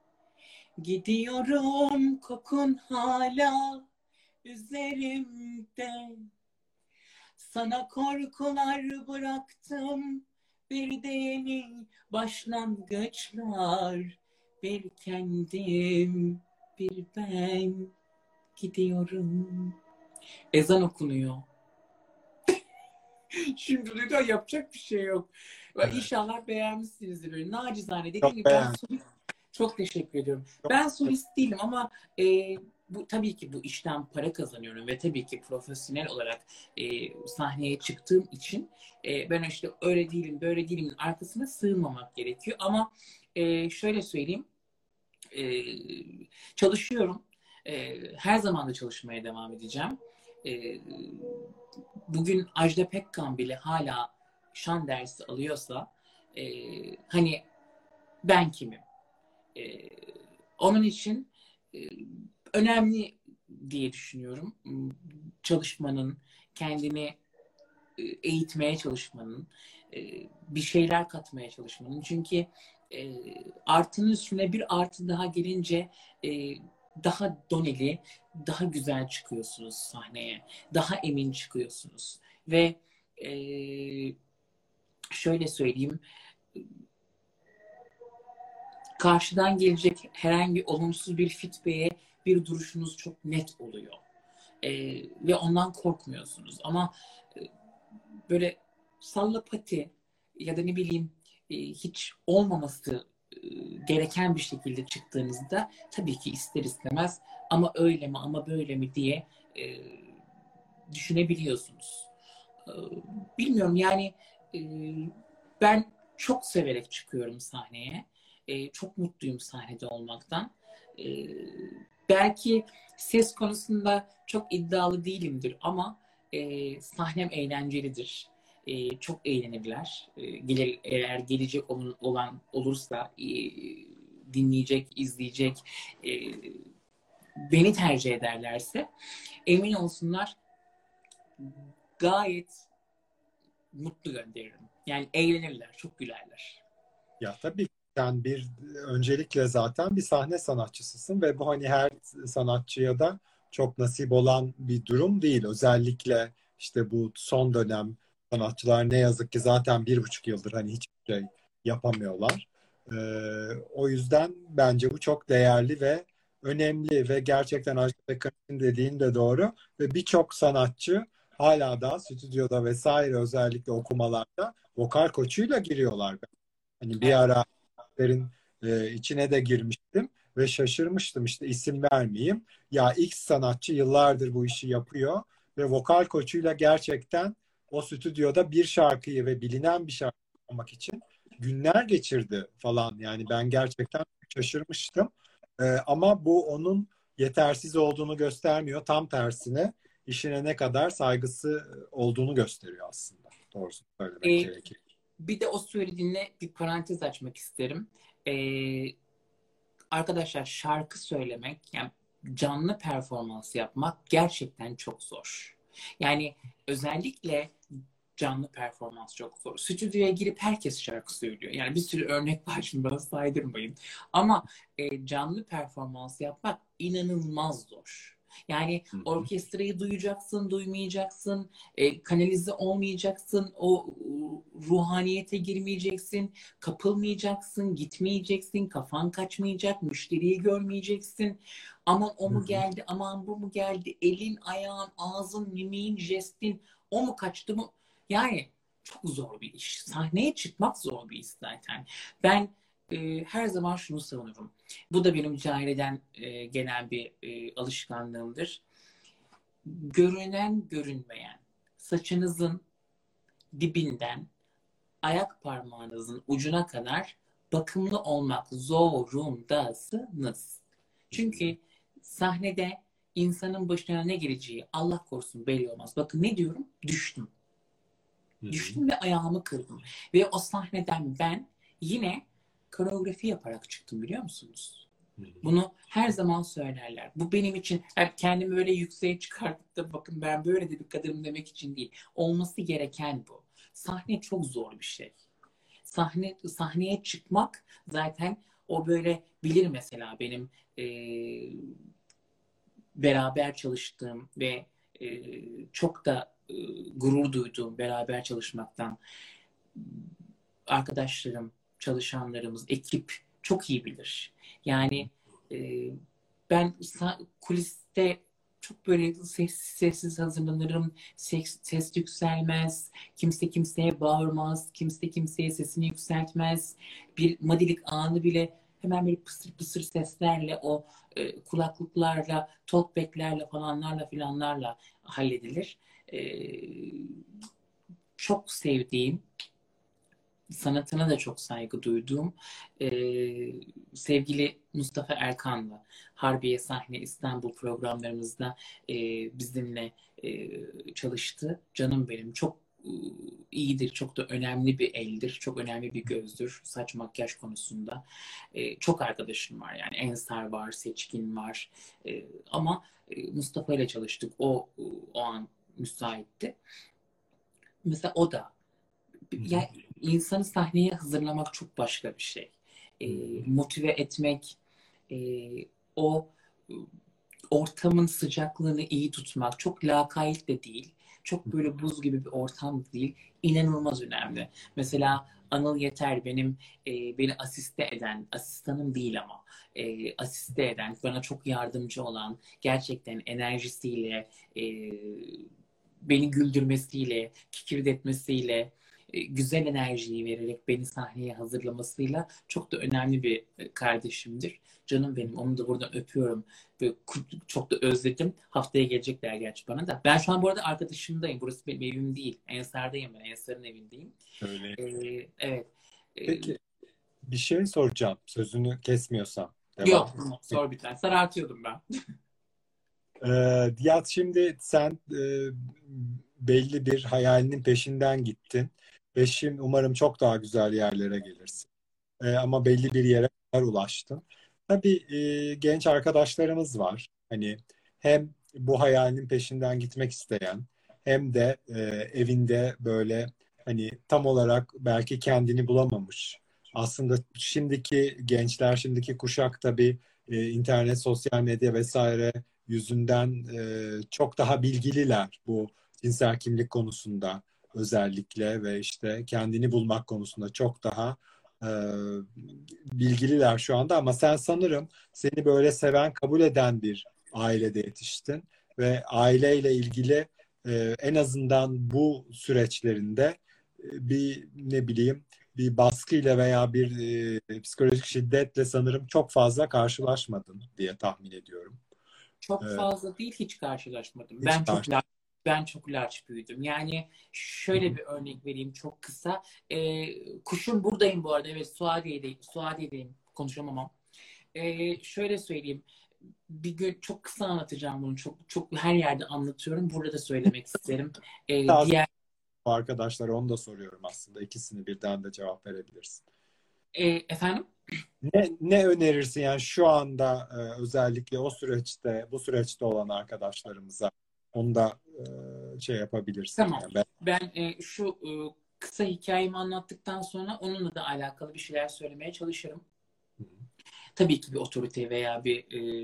Gidiyorum kokun hala üzerimde. Sana korkular bıraktım. Bir de yeni başlangıçlar. Bir kendim, bir ben gidiyorum. Ezan okunuyor. Şimdi de yapacak bir şey yok. Evet. İnşallah beğenmişsinizdir. Böyle nacizane dediğim Çok gibi ben beğendim. solist, çok teşekkür ediyorum. Çok Ben solist değilim ama bu tabii ki bu işten para kazanıyorum ve tabii ki profesyonel olarak sahneye çıktığım için ben işte öyle değilim, böyle değilim arkasına sığınmamak gerekiyor. Ama şöyle söyleyeyim, e, çalışıyorum. Her zaman da çalışmaya devam edeceğim. E, Bugün Ajda Pekkan bile hala şan dersi alıyorsa hani ben kimim? E, Onun için e, önemli diye düşünüyorum. Çalışmanın, kendini eğitmeye çalışmanın, bir şeyler katmaya çalışmanın. Çünkü artının üstüne bir artı daha gelince daha doneli, daha güzel çıkıyorsunuz sahneye. Daha emin çıkıyorsunuz. Ve e, şöyle söyleyeyim, karşıdan gelecek herhangi olumsuz bir feedback'e bir duruşunuz çok net oluyor. Ve ondan korkmuyorsunuz. Ama böyle salla pati ya da ne bileyim hiç olmaması gereken bir şekilde çıktığınızda tabii ki ister istemez ama öyle mi ama böyle mi diye düşünebiliyorsunuz. E, Bilmiyorum yani e, ben çok severek çıkıyorum sahneye. Çok mutluyum sahnede olmaktan. E, Belki ses konusunda çok iddialı değilimdir ama sahnem eğlencelidir. Çok eğlenirler. Eğer gelecek olan olursa dinleyecek, izleyecek, e, beni tercih ederlerse emin olsunlar gayet mutlu gönderirim. Yani eğlenirler, çok gülerler. Ya tabii ki sen öncelikle zaten bir sahne sanatçısısın ve bu hani her sanatçıya da çok nasip olan bir durum değil. Özellikle işte bu son dönem sanatçılar ne yazık ki zaten 1,5 yıldır hani hiçbir şey yapamıyorlar. O yüzden bence bu çok değerli ve önemli ve gerçekten Ajda Pekkan'ın dediğin de doğru ve birçok sanatçı hala da stüdyoda vesaire özellikle okumalarda vokal koçuyla giriyorlar. Hani bir Evet. ara içine de girmiştim ve şaşırmıştım işte isim vermeyeyim. Ya X sanatçı yıllardır bu işi yapıyor ve vokal koçuyla gerçekten o stüdyoda bir şarkıyı ve bilinen bir şarkı yapmak için günler geçirdi falan. Yani ben gerçekten şaşırmıştım. Ama bu onun yetersiz olduğunu göstermiyor. Tam tersine işine ne kadar saygısı olduğunu gösteriyor aslında. Doğrusu söylemek E, gerekir. Bir de o söylediğine bir parantez açmak isterim. E, Arkadaşlar şarkı söylemek, yani canlı performans yapmak gerçekten çok zor. Yani özellikle canlı performans çok zor. Stüdyoya girip herkes şarkı söylüyor. Yani bir sürü örnek var şimdi bana saydırmayın. Ama canlı performans yapmak inanılmaz zor. Yani Hı hı. orkestrayı duyacaksın, duymayacaksın, kanalize olmayacaksın, o ruhaniyete girmeyeceksin, kapılmayacaksın, gitmeyeceksin, kafan kaçmayacak, müşteriyi görmeyeceksin. Aman o Hı mu hı. geldi, aman bu mu geldi, elin, ayağın, ağzın, mimiğin, jestin, o mu kaçtı mı? Yani çok zor bir iş. Sahneye çıkmak zor bir iş zaten. Ben her zaman şunu savunurum. Bu da benim cahileden gelen bir alışkanlığımdır. Görünen görünmeyen, saçınızın dibinden ayak parmağınızın ucuna kadar bakımlı olmak zorundasınız. Çünkü sahnede insanın başına ne geleceği Allah korusun belli olmaz. Bakın ne diyorum? Düştüm. Hı hı. Düştüm ve ayağımı kırdım. Ve o sahneden ben yine koreografi yaparak çıktım biliyor musunuz? Hı hı. Bunu her zaman söylerler. Bu benim için yani kendimi öyle yükseğe çıkartıp da bakın ben böyle de bir kadınım demek için değil. Olması gereken bu. Sahne çok zor bir şey. Sahneye çıkmak zaten o böyle bilir mesela benim e, beraber çalıştığım ve çok da gurur duyduğum beraber çalışmaktan arkadaşlarım, çalışanlarımız, ekip çok iyi bilir. Yani e, ben kuliste çok böyle sessiz hazırlanırım, ses yükselmez, kimse kimseye bağırmaz, kimse kimseye sesini yükseltmez. Bir madilik anı bile hemen böyle pısır pısır seslerle o kulaklıklarla, talkback'lerle falanlarla filanlarla halledilir. E, Çok sevdiğim, sanatına da çok saygı duyduğum sevgili Mustafa Erkan'la Harbiye Sahne İstanbul programlarımızda e, bizimle çalıştı. Canım benim çok iyidir, çok da önemli bir eldir, çok önemli bir gözdür saç makyaj konusunda. Çok arkadaşım var yani Ensar var, Seçkin var. Ama Mustafa ile çalıştık. O an müsaitti. Mesela o da Hı hı. yani insanı sahneye hazırlamak çok başka bir şey. Hı hı. Motive etmek, e, o ortamın sıcaklığını iyi tutmak çok lakayt de değil. Çok böyle buz gibi bir ortam değil. İnanılmaz önemli. Mesela Anıl Yeter beni asiste eden, asistanım değil ama asiste eden, bana çok yardımcı olan, gerçekten enerjisiyle, e, beni güldürmesiyle, kikirdetmesiyle, güzel enerjiyi vererek beni sahneye hazırlamasıyla çok da önemli bir kardeşimdir. Canım benim. Onu da buradan öpüyorum. Ve çok da özledim. Haftaya gelecekler gerçi bana da. Ben şu an bu arada arkadaşımdayım. Burası benim evim değil. Ensar'dayım ben. Ensar'ın evindeyim. Öyle. Evet. Ee, Peki bir şey soracağım. Sözünü kesmiyorsam. Devam. Yok. Sor bir tane. Sarartıyordum ben. Ya şimdi sen belli bir hayalinin peşinden gittin ve şimdi umarım çok daha güzel yerlere gelirsin. Ama belli bir yere kadar ulaştın. Tabii genç arkadaşlarımız var. Hani hem bu hayalinin peşinden gitmek isteyen hem de evinde böyle hani tam olarak belki kendini bulamamış. Aslında şimdiki gençler, şimdiki kuşak tabii internet, sosyal medya vesaire yüzünden çok daha bilgililer bu cinsel kimlik konusunda özellikle ve işte kendini bulmak konusunda çok daha e, bilgililer şu anda ama sen sanırım seni böyle seven, kabul eden bir ailede yetiştin ve aileyle ilgili en azından bu süreçlerinde bir ne bileyim bir baskıyla veya bir psikolojik şiddetle sanırım çok fazla karşılaşmadın diye tahmin ediyorum. E, Çok fazla değil, hiç karşılaşmadım. hiç karşı. Ben çok large büyüdüm. Yani şöyle bir örnek vereyim çok kısa. Kuşum buradayım bu arada. Evet, Suadiye'deyim. Konuşamam. Şöyle söyleyeyim. Bir gün çok kısa anlatacağım bunu. Çok her yerde anlatıyorum. Burada da söylemek isterim. Diğer Arkadaşlar onu da soruyorum aslında. İkisini birden de cevap verebilirsin. efendim. Ne önerirsin yani şu anda özellikle o süreçte bu süreçte olan arkadaşlarımıza onu da şey yapabilirsin Tamam. yani. Ben kısa hikayemi anlattıktan sonra onunla da alakalı bir şeyler söylemeye çalışırım. Tabii ki bir otorite veya bir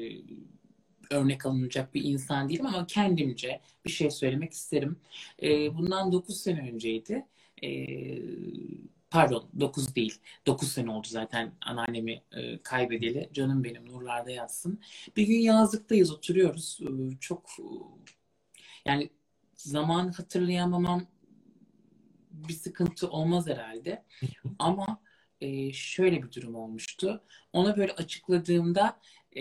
örnek alınacak bir insan değilim ama kendimce bir şey söylemek isterim. Bundan 9 sene önceydi. E, Pardon, 9 değil. 9 sene oldu zaten anneannemi kaybedeli. Canım benim, nurlarda yatsın. Bir gün yazlıktayız, oturuyoruz. Çok yani zaman hatırlayamamam bir sıkıntı olmaz herhalde. Ama şöyle bir durum olmuştu. Ona böyle açıkladığımda e,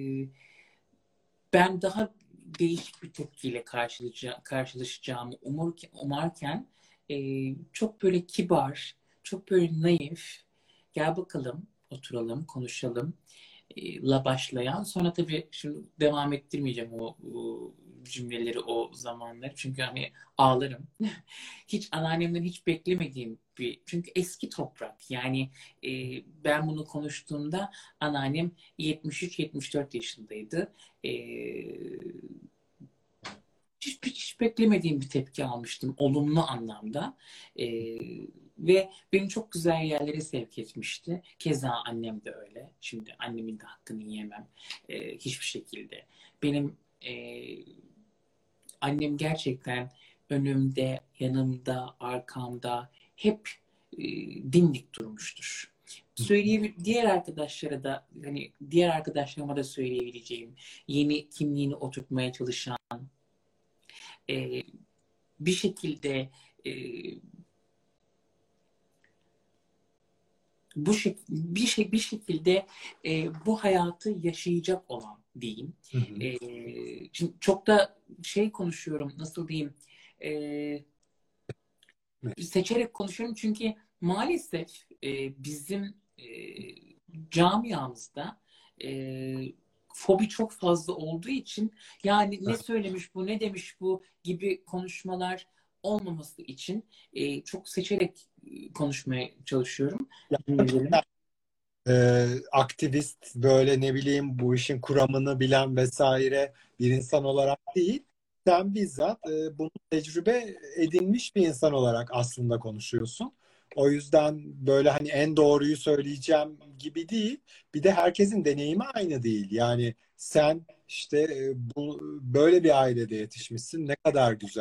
ben daha değişik bir tepkiyle karşılaşacağımı umarken çok böyle kibar, çok böyle naif, gel bakalım, oturalım, konuşalım la başlayan. Sonra tabii şimdi devam ettirmeyeceğim o cümleleri, o zamanları. Çünkü hani ağlarım. Hiç anneannemden hiç beklemediğim bir... Çünkü eski toprak. Yani e, ben bunu konuştuğumda anneannem 73-74 yaşındaydı. E, hiç beklemediğim bir tepki almıştım. Olumlu anlamda. E, Ve beni çok güzel yerlere sevk etmişti. Keza annem de öyle. Şimdi annemin de hakkını yiyemem. Hiçbir şekilde. Benim annem gerçekten önümde, yanımda, arkamda hep dimdik durmuştur. Diğer arkadaşlara da, hani diğer arkadaşlarıma da söyleyebileceğim, yeni kimliğini oturtmaya çalışan, e, bir şekilde e, bir şekilde bu hayatı yaşayacak olan diyeyim. Hı hı. Şimdi çok da şey konuşuyorum, nasıl diyeyim, e, seçerek konuşuyorum çünkü maalesef bizim camiamızda fobi çok fazla olduğu için, yani ne söylemiş bu, ne demiş bu gibi konuşmalar olmaması için çok seçerek konuşmaya çalışıyorum. Cümlelerim. Aktivist böyle ne bileyim bu işin kuramını bilen vesaire bir insan olarak değil, sen bizzat bunu tecrübe edinmiş bir insan olarak aslında konuşuyorsun. O yüzden böyle hani en doğruyu söyleyeceğim gibi değil. Bir de herkesin deneyimi aynı değil. Yani sen işte bu böyle bir ailede yetişmişsin. Ne kadar güzel.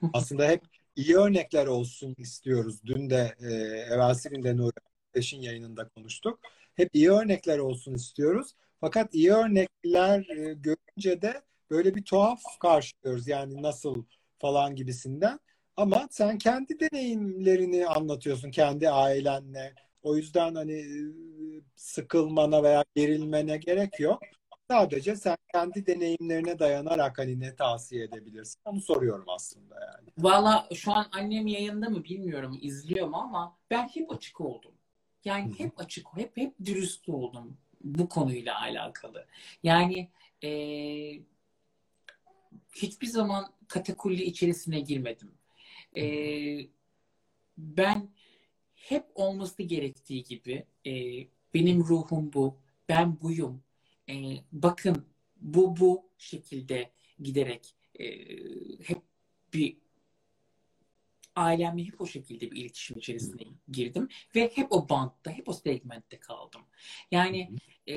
Aslında hep iyi örnekler olsun istiyoruz. Dün de evvelsi gün de Nuri Ateş'in yayınında konuştuk. Hep iyi örnekler olsun istiyoruz. Fakat iyi örnekler görünce de böyle bir tuhaf karşılıyoruz. Yani nasıl falan gibisinden. Ama sen kendi deneyimlerini anlatıyorsun kendi ailenle. O yüzden hani sıkılmana veya gerilmene gerek yok. Sadece sen kendi deneyimlerine dayanarak hani ne tavsiye edebilirsin? Onu soruyorum aslında yani. Valla şu an annem yayında mı bilmiyorum, izliyor mu, ama ben hep açık oldum. Hı Yani hı. hep açık, hep dürüst oldum bu konuyla alakalı. Yani eee, hiçbir zaman katakulli içerisine girmedim. Hı hı. Eee, Ben hep olması gerektiği gibi, benim ruhum bu, ben buyum. Bakın, bu şekilde giderek hep bir ailemle hep o şekilde bir iletişim içerisine girdim ve hep o bantta, hep o segmentte kaldım. Hı Yani hı. e,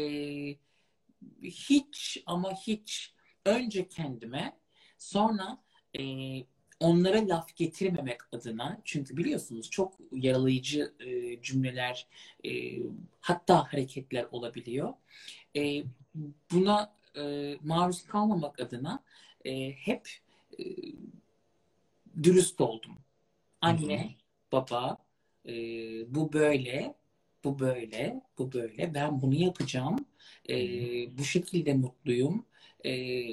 hiç ama hiç önce kendime, sonra e, onlara laf getirmemek adına, çünkü biliyorsunuz çok yaralayıcı cümleler, e, hatta hareketler olabiliyor. E, Buna maruz kalmamak adına hep e, dürüst oldum. Hı hı. Anne, baba, e, bu böyle, bu böyle, bu böyle. Ben bunu yapacağım. E, Hı hı. Bu şekilde mutluyum. E,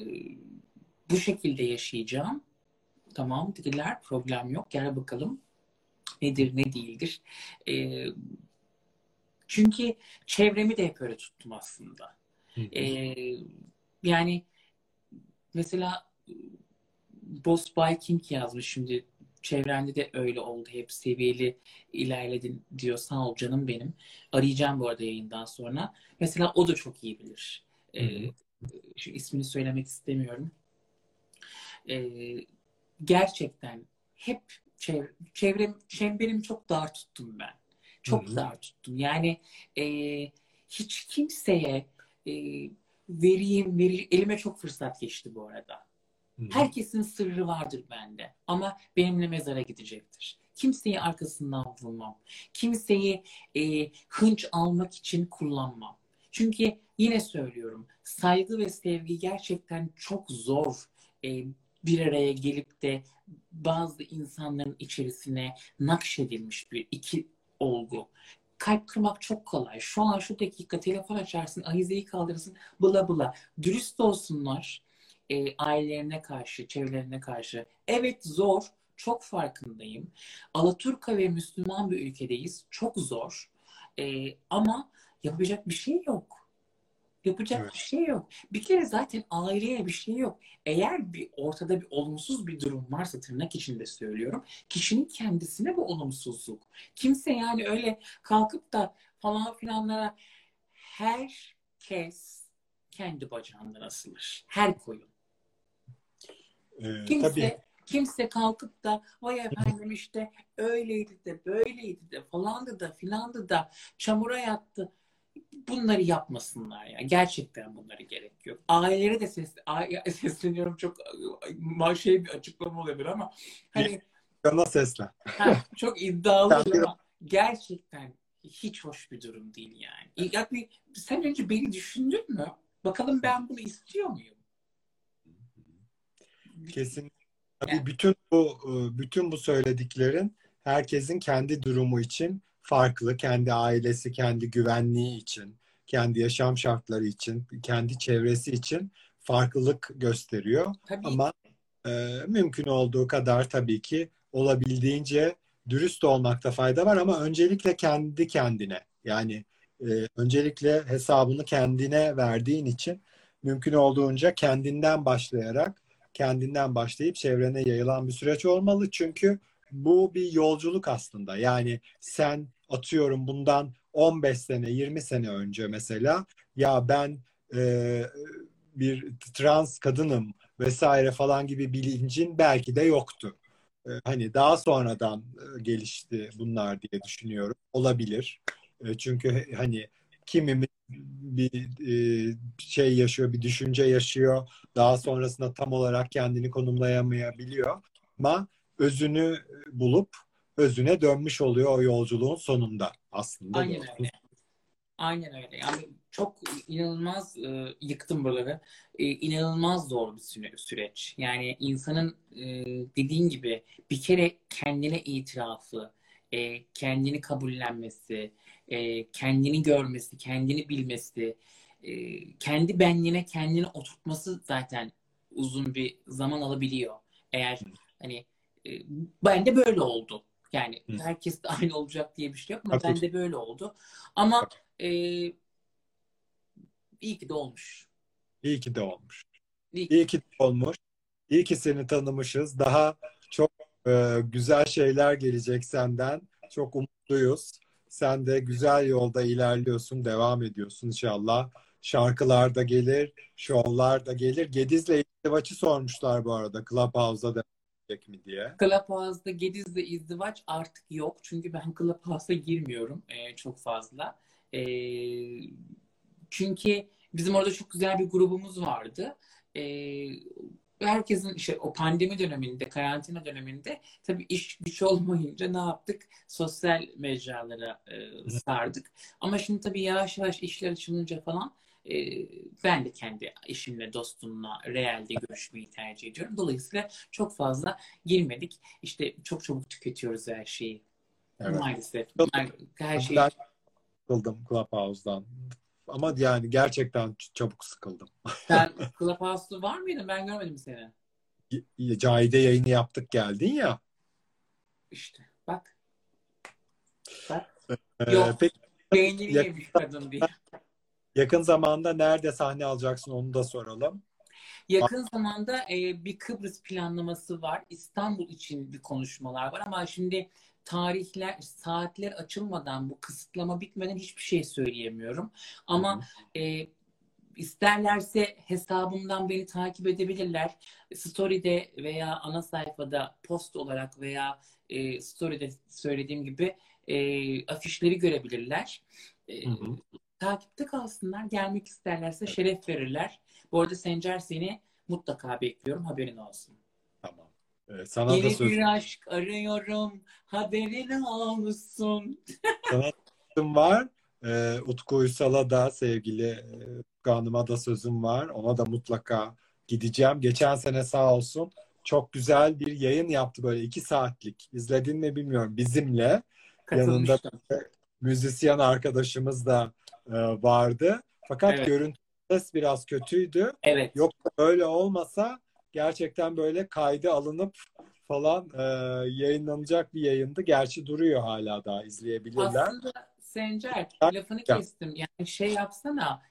Bu şekilde yaşayacağım. Tamam dediler, problem yok. Gel bakalım nedir, ne değildir. E, Çünkü çevremi de hep öyle tuttum aslında. Hı E, hı. Yani mesela Boss Viking yazmış şimdi. Çevrende de öyle oldu. Hep seviyeli ilerledin diyor. Sağ ol canım benim. Arayacağım bu arada yayından sonra. Mesela o da çok iyi bilir. Hı Ee, hı. Şu ismini söylemek istemiyorum. Ee, Gerçekten hep çemberimi çok dar tuttum ben. Hı Çok hı. dar tuttum. Yani e, hiç kimseye e, elime çok fırsat geçti bu arada. Hı hı. Herkesin sırrı vardır bende. Ama benimle mezara gidecektir. Kimseyi arkasından vurmam. Kimseyi hınç almak için kullanmam. Çünkü yine söylüyorum, saygı ve sevgi gerçekten çok zor e, bir araya gelip de bazı insanların içerisine nakşedilmiş bir iki olgu. Kalp kırmak çok kolay. Şu an şu dakika telefon açarsın, ahizeyi kaldırırsın, bula bula. Dürüst olsunlar ailelerine karşı, çevrelerine karşı. Evet, zor, çok farkındayım. Alaturka ve Müslüman bir ülkedeyiz. Çok zor. Ama yapacak bir şey yok. Yapacak Evet. bir şey yok. Bir kere zaten aileye bir şey yok. Eğer bir ortada bir olumsuz bir durum varsa, tırnak içinde söylüyorum, kişinin kendisine bu olumsuzluk. Kimse yani öyle kalkıp da falan filanlara, herkes kendi bacağından asılır. Her koyun. Tabii. Kimse kalkıp da vay efendim işte öyleydi de böyleydi de falandı da filandı da çamura yattı. Bunları yapmasınlar ya. Gerçekten bunları gerek yok. Ailelere de sesleniyorum, çok şey bir açıklama olabilir ama Bir hani yana seslen. çok iddialı Sen olur bir ama gerçekten hiç hoş bir durum değil yani. Ya sen önce beni düşündün mü? Bakalım ben bunu istiyor muyum? kesin. Yani Tabii bütün bu söylediklerin herkesin kendi durumu için farklı, kendi ailesi, kendi güvenliği için, kendi yaşam şartları için, kendi çevresi için farklılık gösteriyor. tabii ki. Ama mümkün olduğu kadar tabii ki olabildiğince dürüst olmakta fayda var ama öncelikle kendi kendine. Yani öncelikle hesabını kendine verdiğin için mümkün olduğunca kendinden başlayıp çevrene yayılan bir süreç olmalı. Çünkü bu bir yolculuk aslında. Yani sen atıyorum bundan 15 sene, 20 sene önce mesela ya ben e, bir trans kadınım vesaire falan gibi bilincin belki de yoktu. Hani daha sonradan gelişti bunlar diye düşünüyorum. Olabilir. Çünkü hani kimimiz bir şey yaşıyor, bir düşünce yaşıyor. Daha sonrasında tam olarak kendini konumlayamayabiliyor. Ama özünü bulup özüne dönmüş oluyor o yolculuğun sonunda aslında bu. Aynen öyle. Aynen öyle. Yani çok inanılmaz yıktım buraları. İnanılmaz zor bir süreç. Yani insanın dediğin gibi bir kere kendine itirafı, kendini kabullenmesi, kendini görmesi, kendini bilmesi, kendi benliğine kendini oturtması zaten uzun bir zaman alabiliyor. Eğer hani e, ben de böyle oldu. Yani Hı. herkes de aynı olacak diye bir şey yok ama ben Haklısın. de böyle oldu. Ama iyi ki de olmuş. İyi ki de olmuş. İyi ki İyi de. ki de olmuş. İyi ki seni tanımışız. Daha çok güzel şeyler gelecek senden. Çok umutluyuz. Sen de güzel yolda ilerliyorsun, devam ediyorsun inşallah. Şarkılar da gelir, şovlar da gelir. Gediz'le İzdivaç'ı sormuşlar bu arada. Clubhouse'da devam edecek mi diye. Clubhouse'da Gediz'le izdivaç artık yok. Çünkü ben Clubhouse'a girmiyorum çok fazla. E, çünkü bizim orada çok güzel bir grubumuz vardı. E, herkesin işte o pandemi döneminde, karantina döneminde tabii iş güç olmayınca ne yaptık? Sosyal mecralara sardık. Ama şimdi tabii yavaş yavaş işler açılınca falan e, ben de kendi eşimle, dostumla realde görüşmeyi tercih ediyorum. Dolayısıyla çok fazla girmedik. İşte çok çabuk tüketiyoruz her şeyi. Evet. Maalesef. Her şey. Ben sıkıldım Clubhouse'dan. Ama yani gerçekten çabuk sıkıldım. Sen Clubhouse'lu var mıydın? Ben görmedim seni. Cahide yayını yaptık geldin ya. İşte bak. Bak. E, Yok. peki Beynini yakın, yemiş kadın diye. yakın zamanda nerede sahne alacaksın onu da soralım. Yakın zamanda bir Kıbrıs planlaması var. İstanbul için bir konuşmalar var ama şimdi tarihler, saatler açılmadan, bu kısıtlama bitmeden hiçbir şey söyleyemiyorum. Hı Ama hı. e, isterlerse hesabımdan beni takip edebilirler. Story'de veya ana sayfada post olarak veya story'de söylediğim gibi afişleri görebilirler. E, Hı hı. takipte kalsınlar. Gelmek isterlerse şeref verirler. Bu arada Sencer seni mutlaka bekliyorum. Haberin olsun. Tamam. Sana da Yeni söz bir aşk arıyorum. Haberin olsun. sana da sözüm var. Utku Uysal'a da sevgili Utku Hanım'a da sözüm var. Ona da mutlaka gideceğim. Geçen sene sağ olsun çok güzel bir yayın yaptı böyle 2 saatlik. İzledin mi bilmiyorum bizimle. Yanında Katılmıştım. müzisyen arkadaşımız da vardı. Fakat Evet. görüntü ses biraz kötüydü. Evet. Yoksa öyle olmasa gerçekten böyle kaydı alınıp falan yayınlanacak bir yayındı. Gerçi duruyor hala daha izleyebilirler. Aslında Sencer lafını Ya, kestim. Yani şey yapsana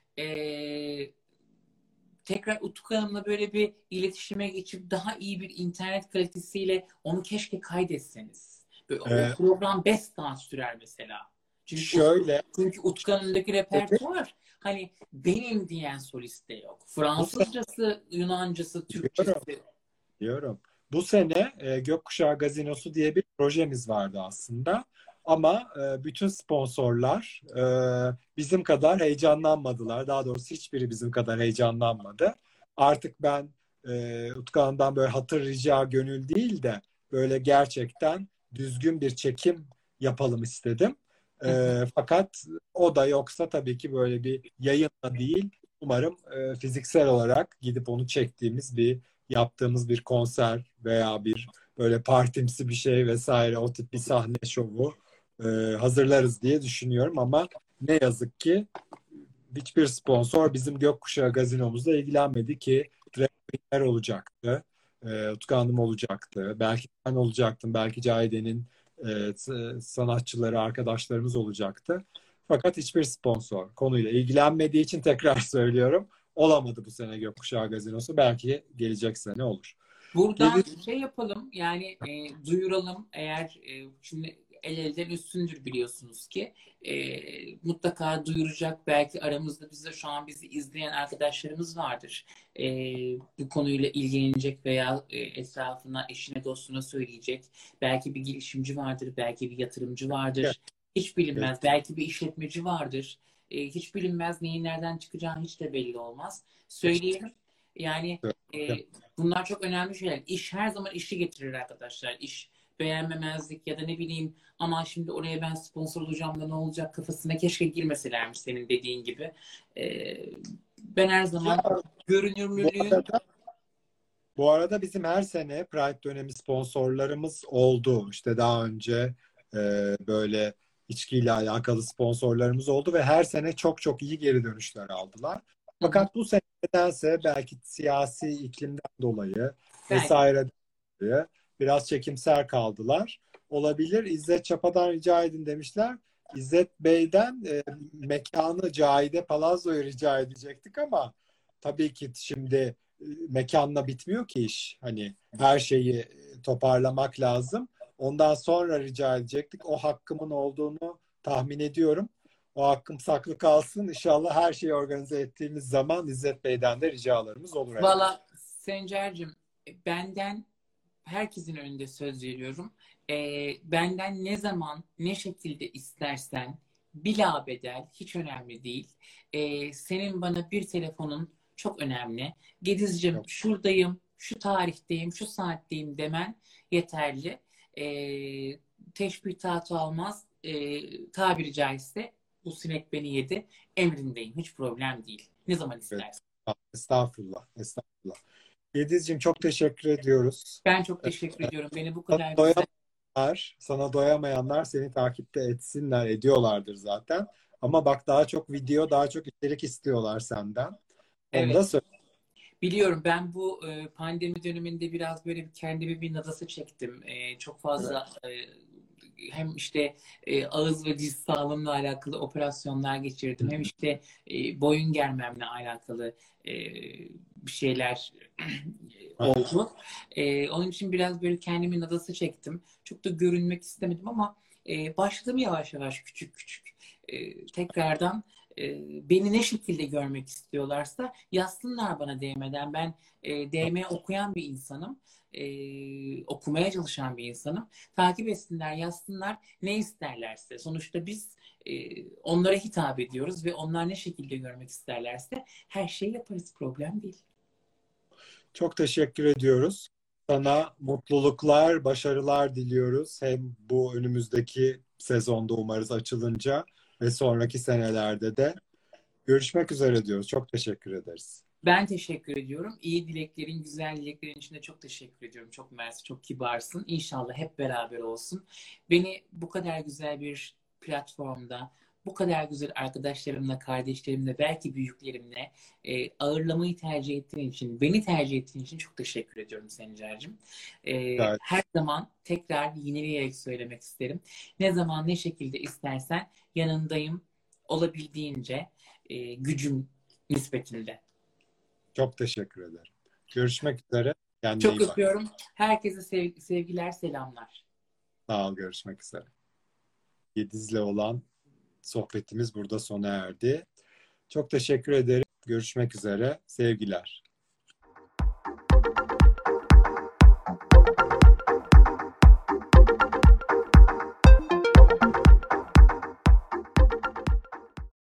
tekrar Utku Hanım'la böyle bir iletişime geçip daha iyi bir internet kalitesiyle onu keşke kaydetseniz. Böyle, o e, program 5 saat sürer mesela. şöyle Çünkü Utku Hanım'daki repertuar hani benim diyen soliste yok. bu sene Fransızcası, Yunancası, diyorum, Türkçesi. diyorum. Bu sene Gökkuşağı Gazinosu diye bir projemiz vardı aslında. Ama bütün sponsorlar bizim kadar heyecanlanmadılar. Daha doğrusu hiçbiri bizim kadar heyecanlanmadı. Artık ben Utku Hanım'dan böyle hatır rica gönül değil de böyle gerçekten düzgün bir çekim yapalım istedim. Fakat o da yoksa tabii ki böyle bir yayınla değil, umarım fiziksel olarak gidip onu çektiğimiz bir yaptığımız bir konser veya bir böyle partimsi bir şey vesaire o tip bir sahne şovu e, hazırlarız diye düşünüyorum ama ne yazık ki hiçbir sponsor bizim Gökkuşağı gazinomuzla ilgilenmedi ki drag queenler olacaktı. Utku Hanım olacaktı. Belki ben olacaktım. Belki Cahide'nin sanatçıları, arkadaşlarımız olacaktı. Fakat hiçbir sponsor konuyla ilgilenmediği için tekrar söylüyorum. Olamadı bu sene Gökkuşağı Gazinosu. Belki gelecek sene olur. Buradan Gediz, şey yapalım yani duyuralım eğer şimdi el elden üstündür biliyorsunuz ki mutlaka duyuracak belki aramızda bize şu an bizi izleyen arkadaşlarımız vardır. E, bu konuyla ilgilenecek veya etrafına eşine dostuna söyleyecek. Belki bir girişimci vardır, belki bir yatırımcı vardır. Hiç bilinmez. Belki bir işletmeci vardır. Hiç bilinmez neyin nereden çıkacağı hiç de belli olmaz. Söyleyelim. Yani e, Evet. bunlar çok önemli şeyler. İş her zaman işi getirir arkadaşlar. İş beğenmemezlik ya da ne bileyim ama şimdi oraya ben sponsor olacağım da ne olacak kafasına keşke girmeselermiş senin dediğin gibi. E, Ben her Ya zaman bu görünürlülüğün arada Bu arada bizim her sene Pride dönemi sponsorlarımız oldu. İşte daha önce e, böyle içkiyle alakalı sponsorlarımız oldu ve her sene çok çok iyi geri dönüşler aldılar. Hı hı, Fakat bu sene nedense belki siyasi iklimden dolayı belki vesaire dolayı biraz çekimser kaldılar. Olabilir. İzzet Çapa'dan rica edin demişler. İzzet Bey'den mekanı Cahide Palazzo'yu rica edecektik ama tabii ki şimdi mekanla bitmiyor ki iş. Hani her şeyi toparlamak lazım. Ondan sonra rica edecektik. O hakkımın olduğunu tahmin ediyorum. O hakkım saklı kalsın. İnşallah her şeyi organize ettiğimiz zaman İzzet Bey'den de ricalarımız olur herhalde. valla Sencer'cim benden herkesin önünde söz veriyorum. Benden ne zaman, ne şekilde istersen bilabedel, hiç önemli değil. Senin bana bir telefonun çok önemli. Gedizciğim Yok, şuradayım, şu tarihteyim, şu saatteyim demen yeterli. Teşbih tahtı almaz. Tabiri caizse bu sinek beni yedi. Emrindeyim. Hiç problem değil. Ne zaman evet. istersen. Estağfurullah. Estağfurullah. Yedizciğim çok teşekkür ediyoruz. Ben çok teşekkür ediyorum. Beni bu Sana kadar güzel. doyamayanlar seni takipte etsinler, ediyorlardır zaten. Ama bak daha çok video, daha çok içerik istiyorlar senden. Onu Evet. da söyle. Biliyorum ben bu pandemi döneminde biraz böyle kendimi bir nadasa çektim. Çok Evet. fazla hem işte ağız ve diz sağlığımla alakalı operasyonlar Hı geçirdim. Hem hı. işte boyun germemle alakalı bir şeyler oldu. Onun için biraz böyle kendimi nadasa çektim. Çok da görünmek istemedim ama başladım yavaş yavaş küçük küçük. Tekrardan beni ne şekilde görmek istiyorlarsa yazsınlar bana DM'den. Ben DM okuyan bir insanım. Okumaya çalışan bir insanım. Takip etsinler, yazsınlar ne isterlerse. Sonuçta biz onlara hitap ediyoruz ve onlar ne şekilde görmek isterlerse her şeyi yaparız. Problem değil. Çok teşekkür ediyoruz. Sana mutluluklar, başarılar diliyoruz. Hem bu önümüzdeki sezonda umarız açılınca ve sonraki senelerde de görüşmek üzere diyoruz. Çok teşekkür ederiz. Ben teşekkür ediyorum. İyi dileklerin, güzel dileklerin için de çok teşekkür ediyorum. Çok mersi, çok kibarsın. İnşallah hep beraber olsun. Beni bu kadar güzel bir platformda, bu kadar güzel arkadaşlarımla, kardeşlerimle, belki büyüklerimle ağırlamayı tercih ettiğin için, beni tercih ettiğin için çok teşekkür ediyorum Sencer'cim. Gayet Her zaman tekrar yineleyerek söylemek isterim. Ne zaman, ne şekilde istersen yanındayım olabildiğince gücüm nispetinde. çok teşekkür ederim. Görüşmek üzere. Kendine Çok iyi bak. öpüyorum. Herkese sevgiler, selamlar. Sağ ol, görüşmek üzere. Yediz'le olan sohbetimiz burada sona erdi. Çok teşekkür ederim. Görüşmek üzere. Sevgiler.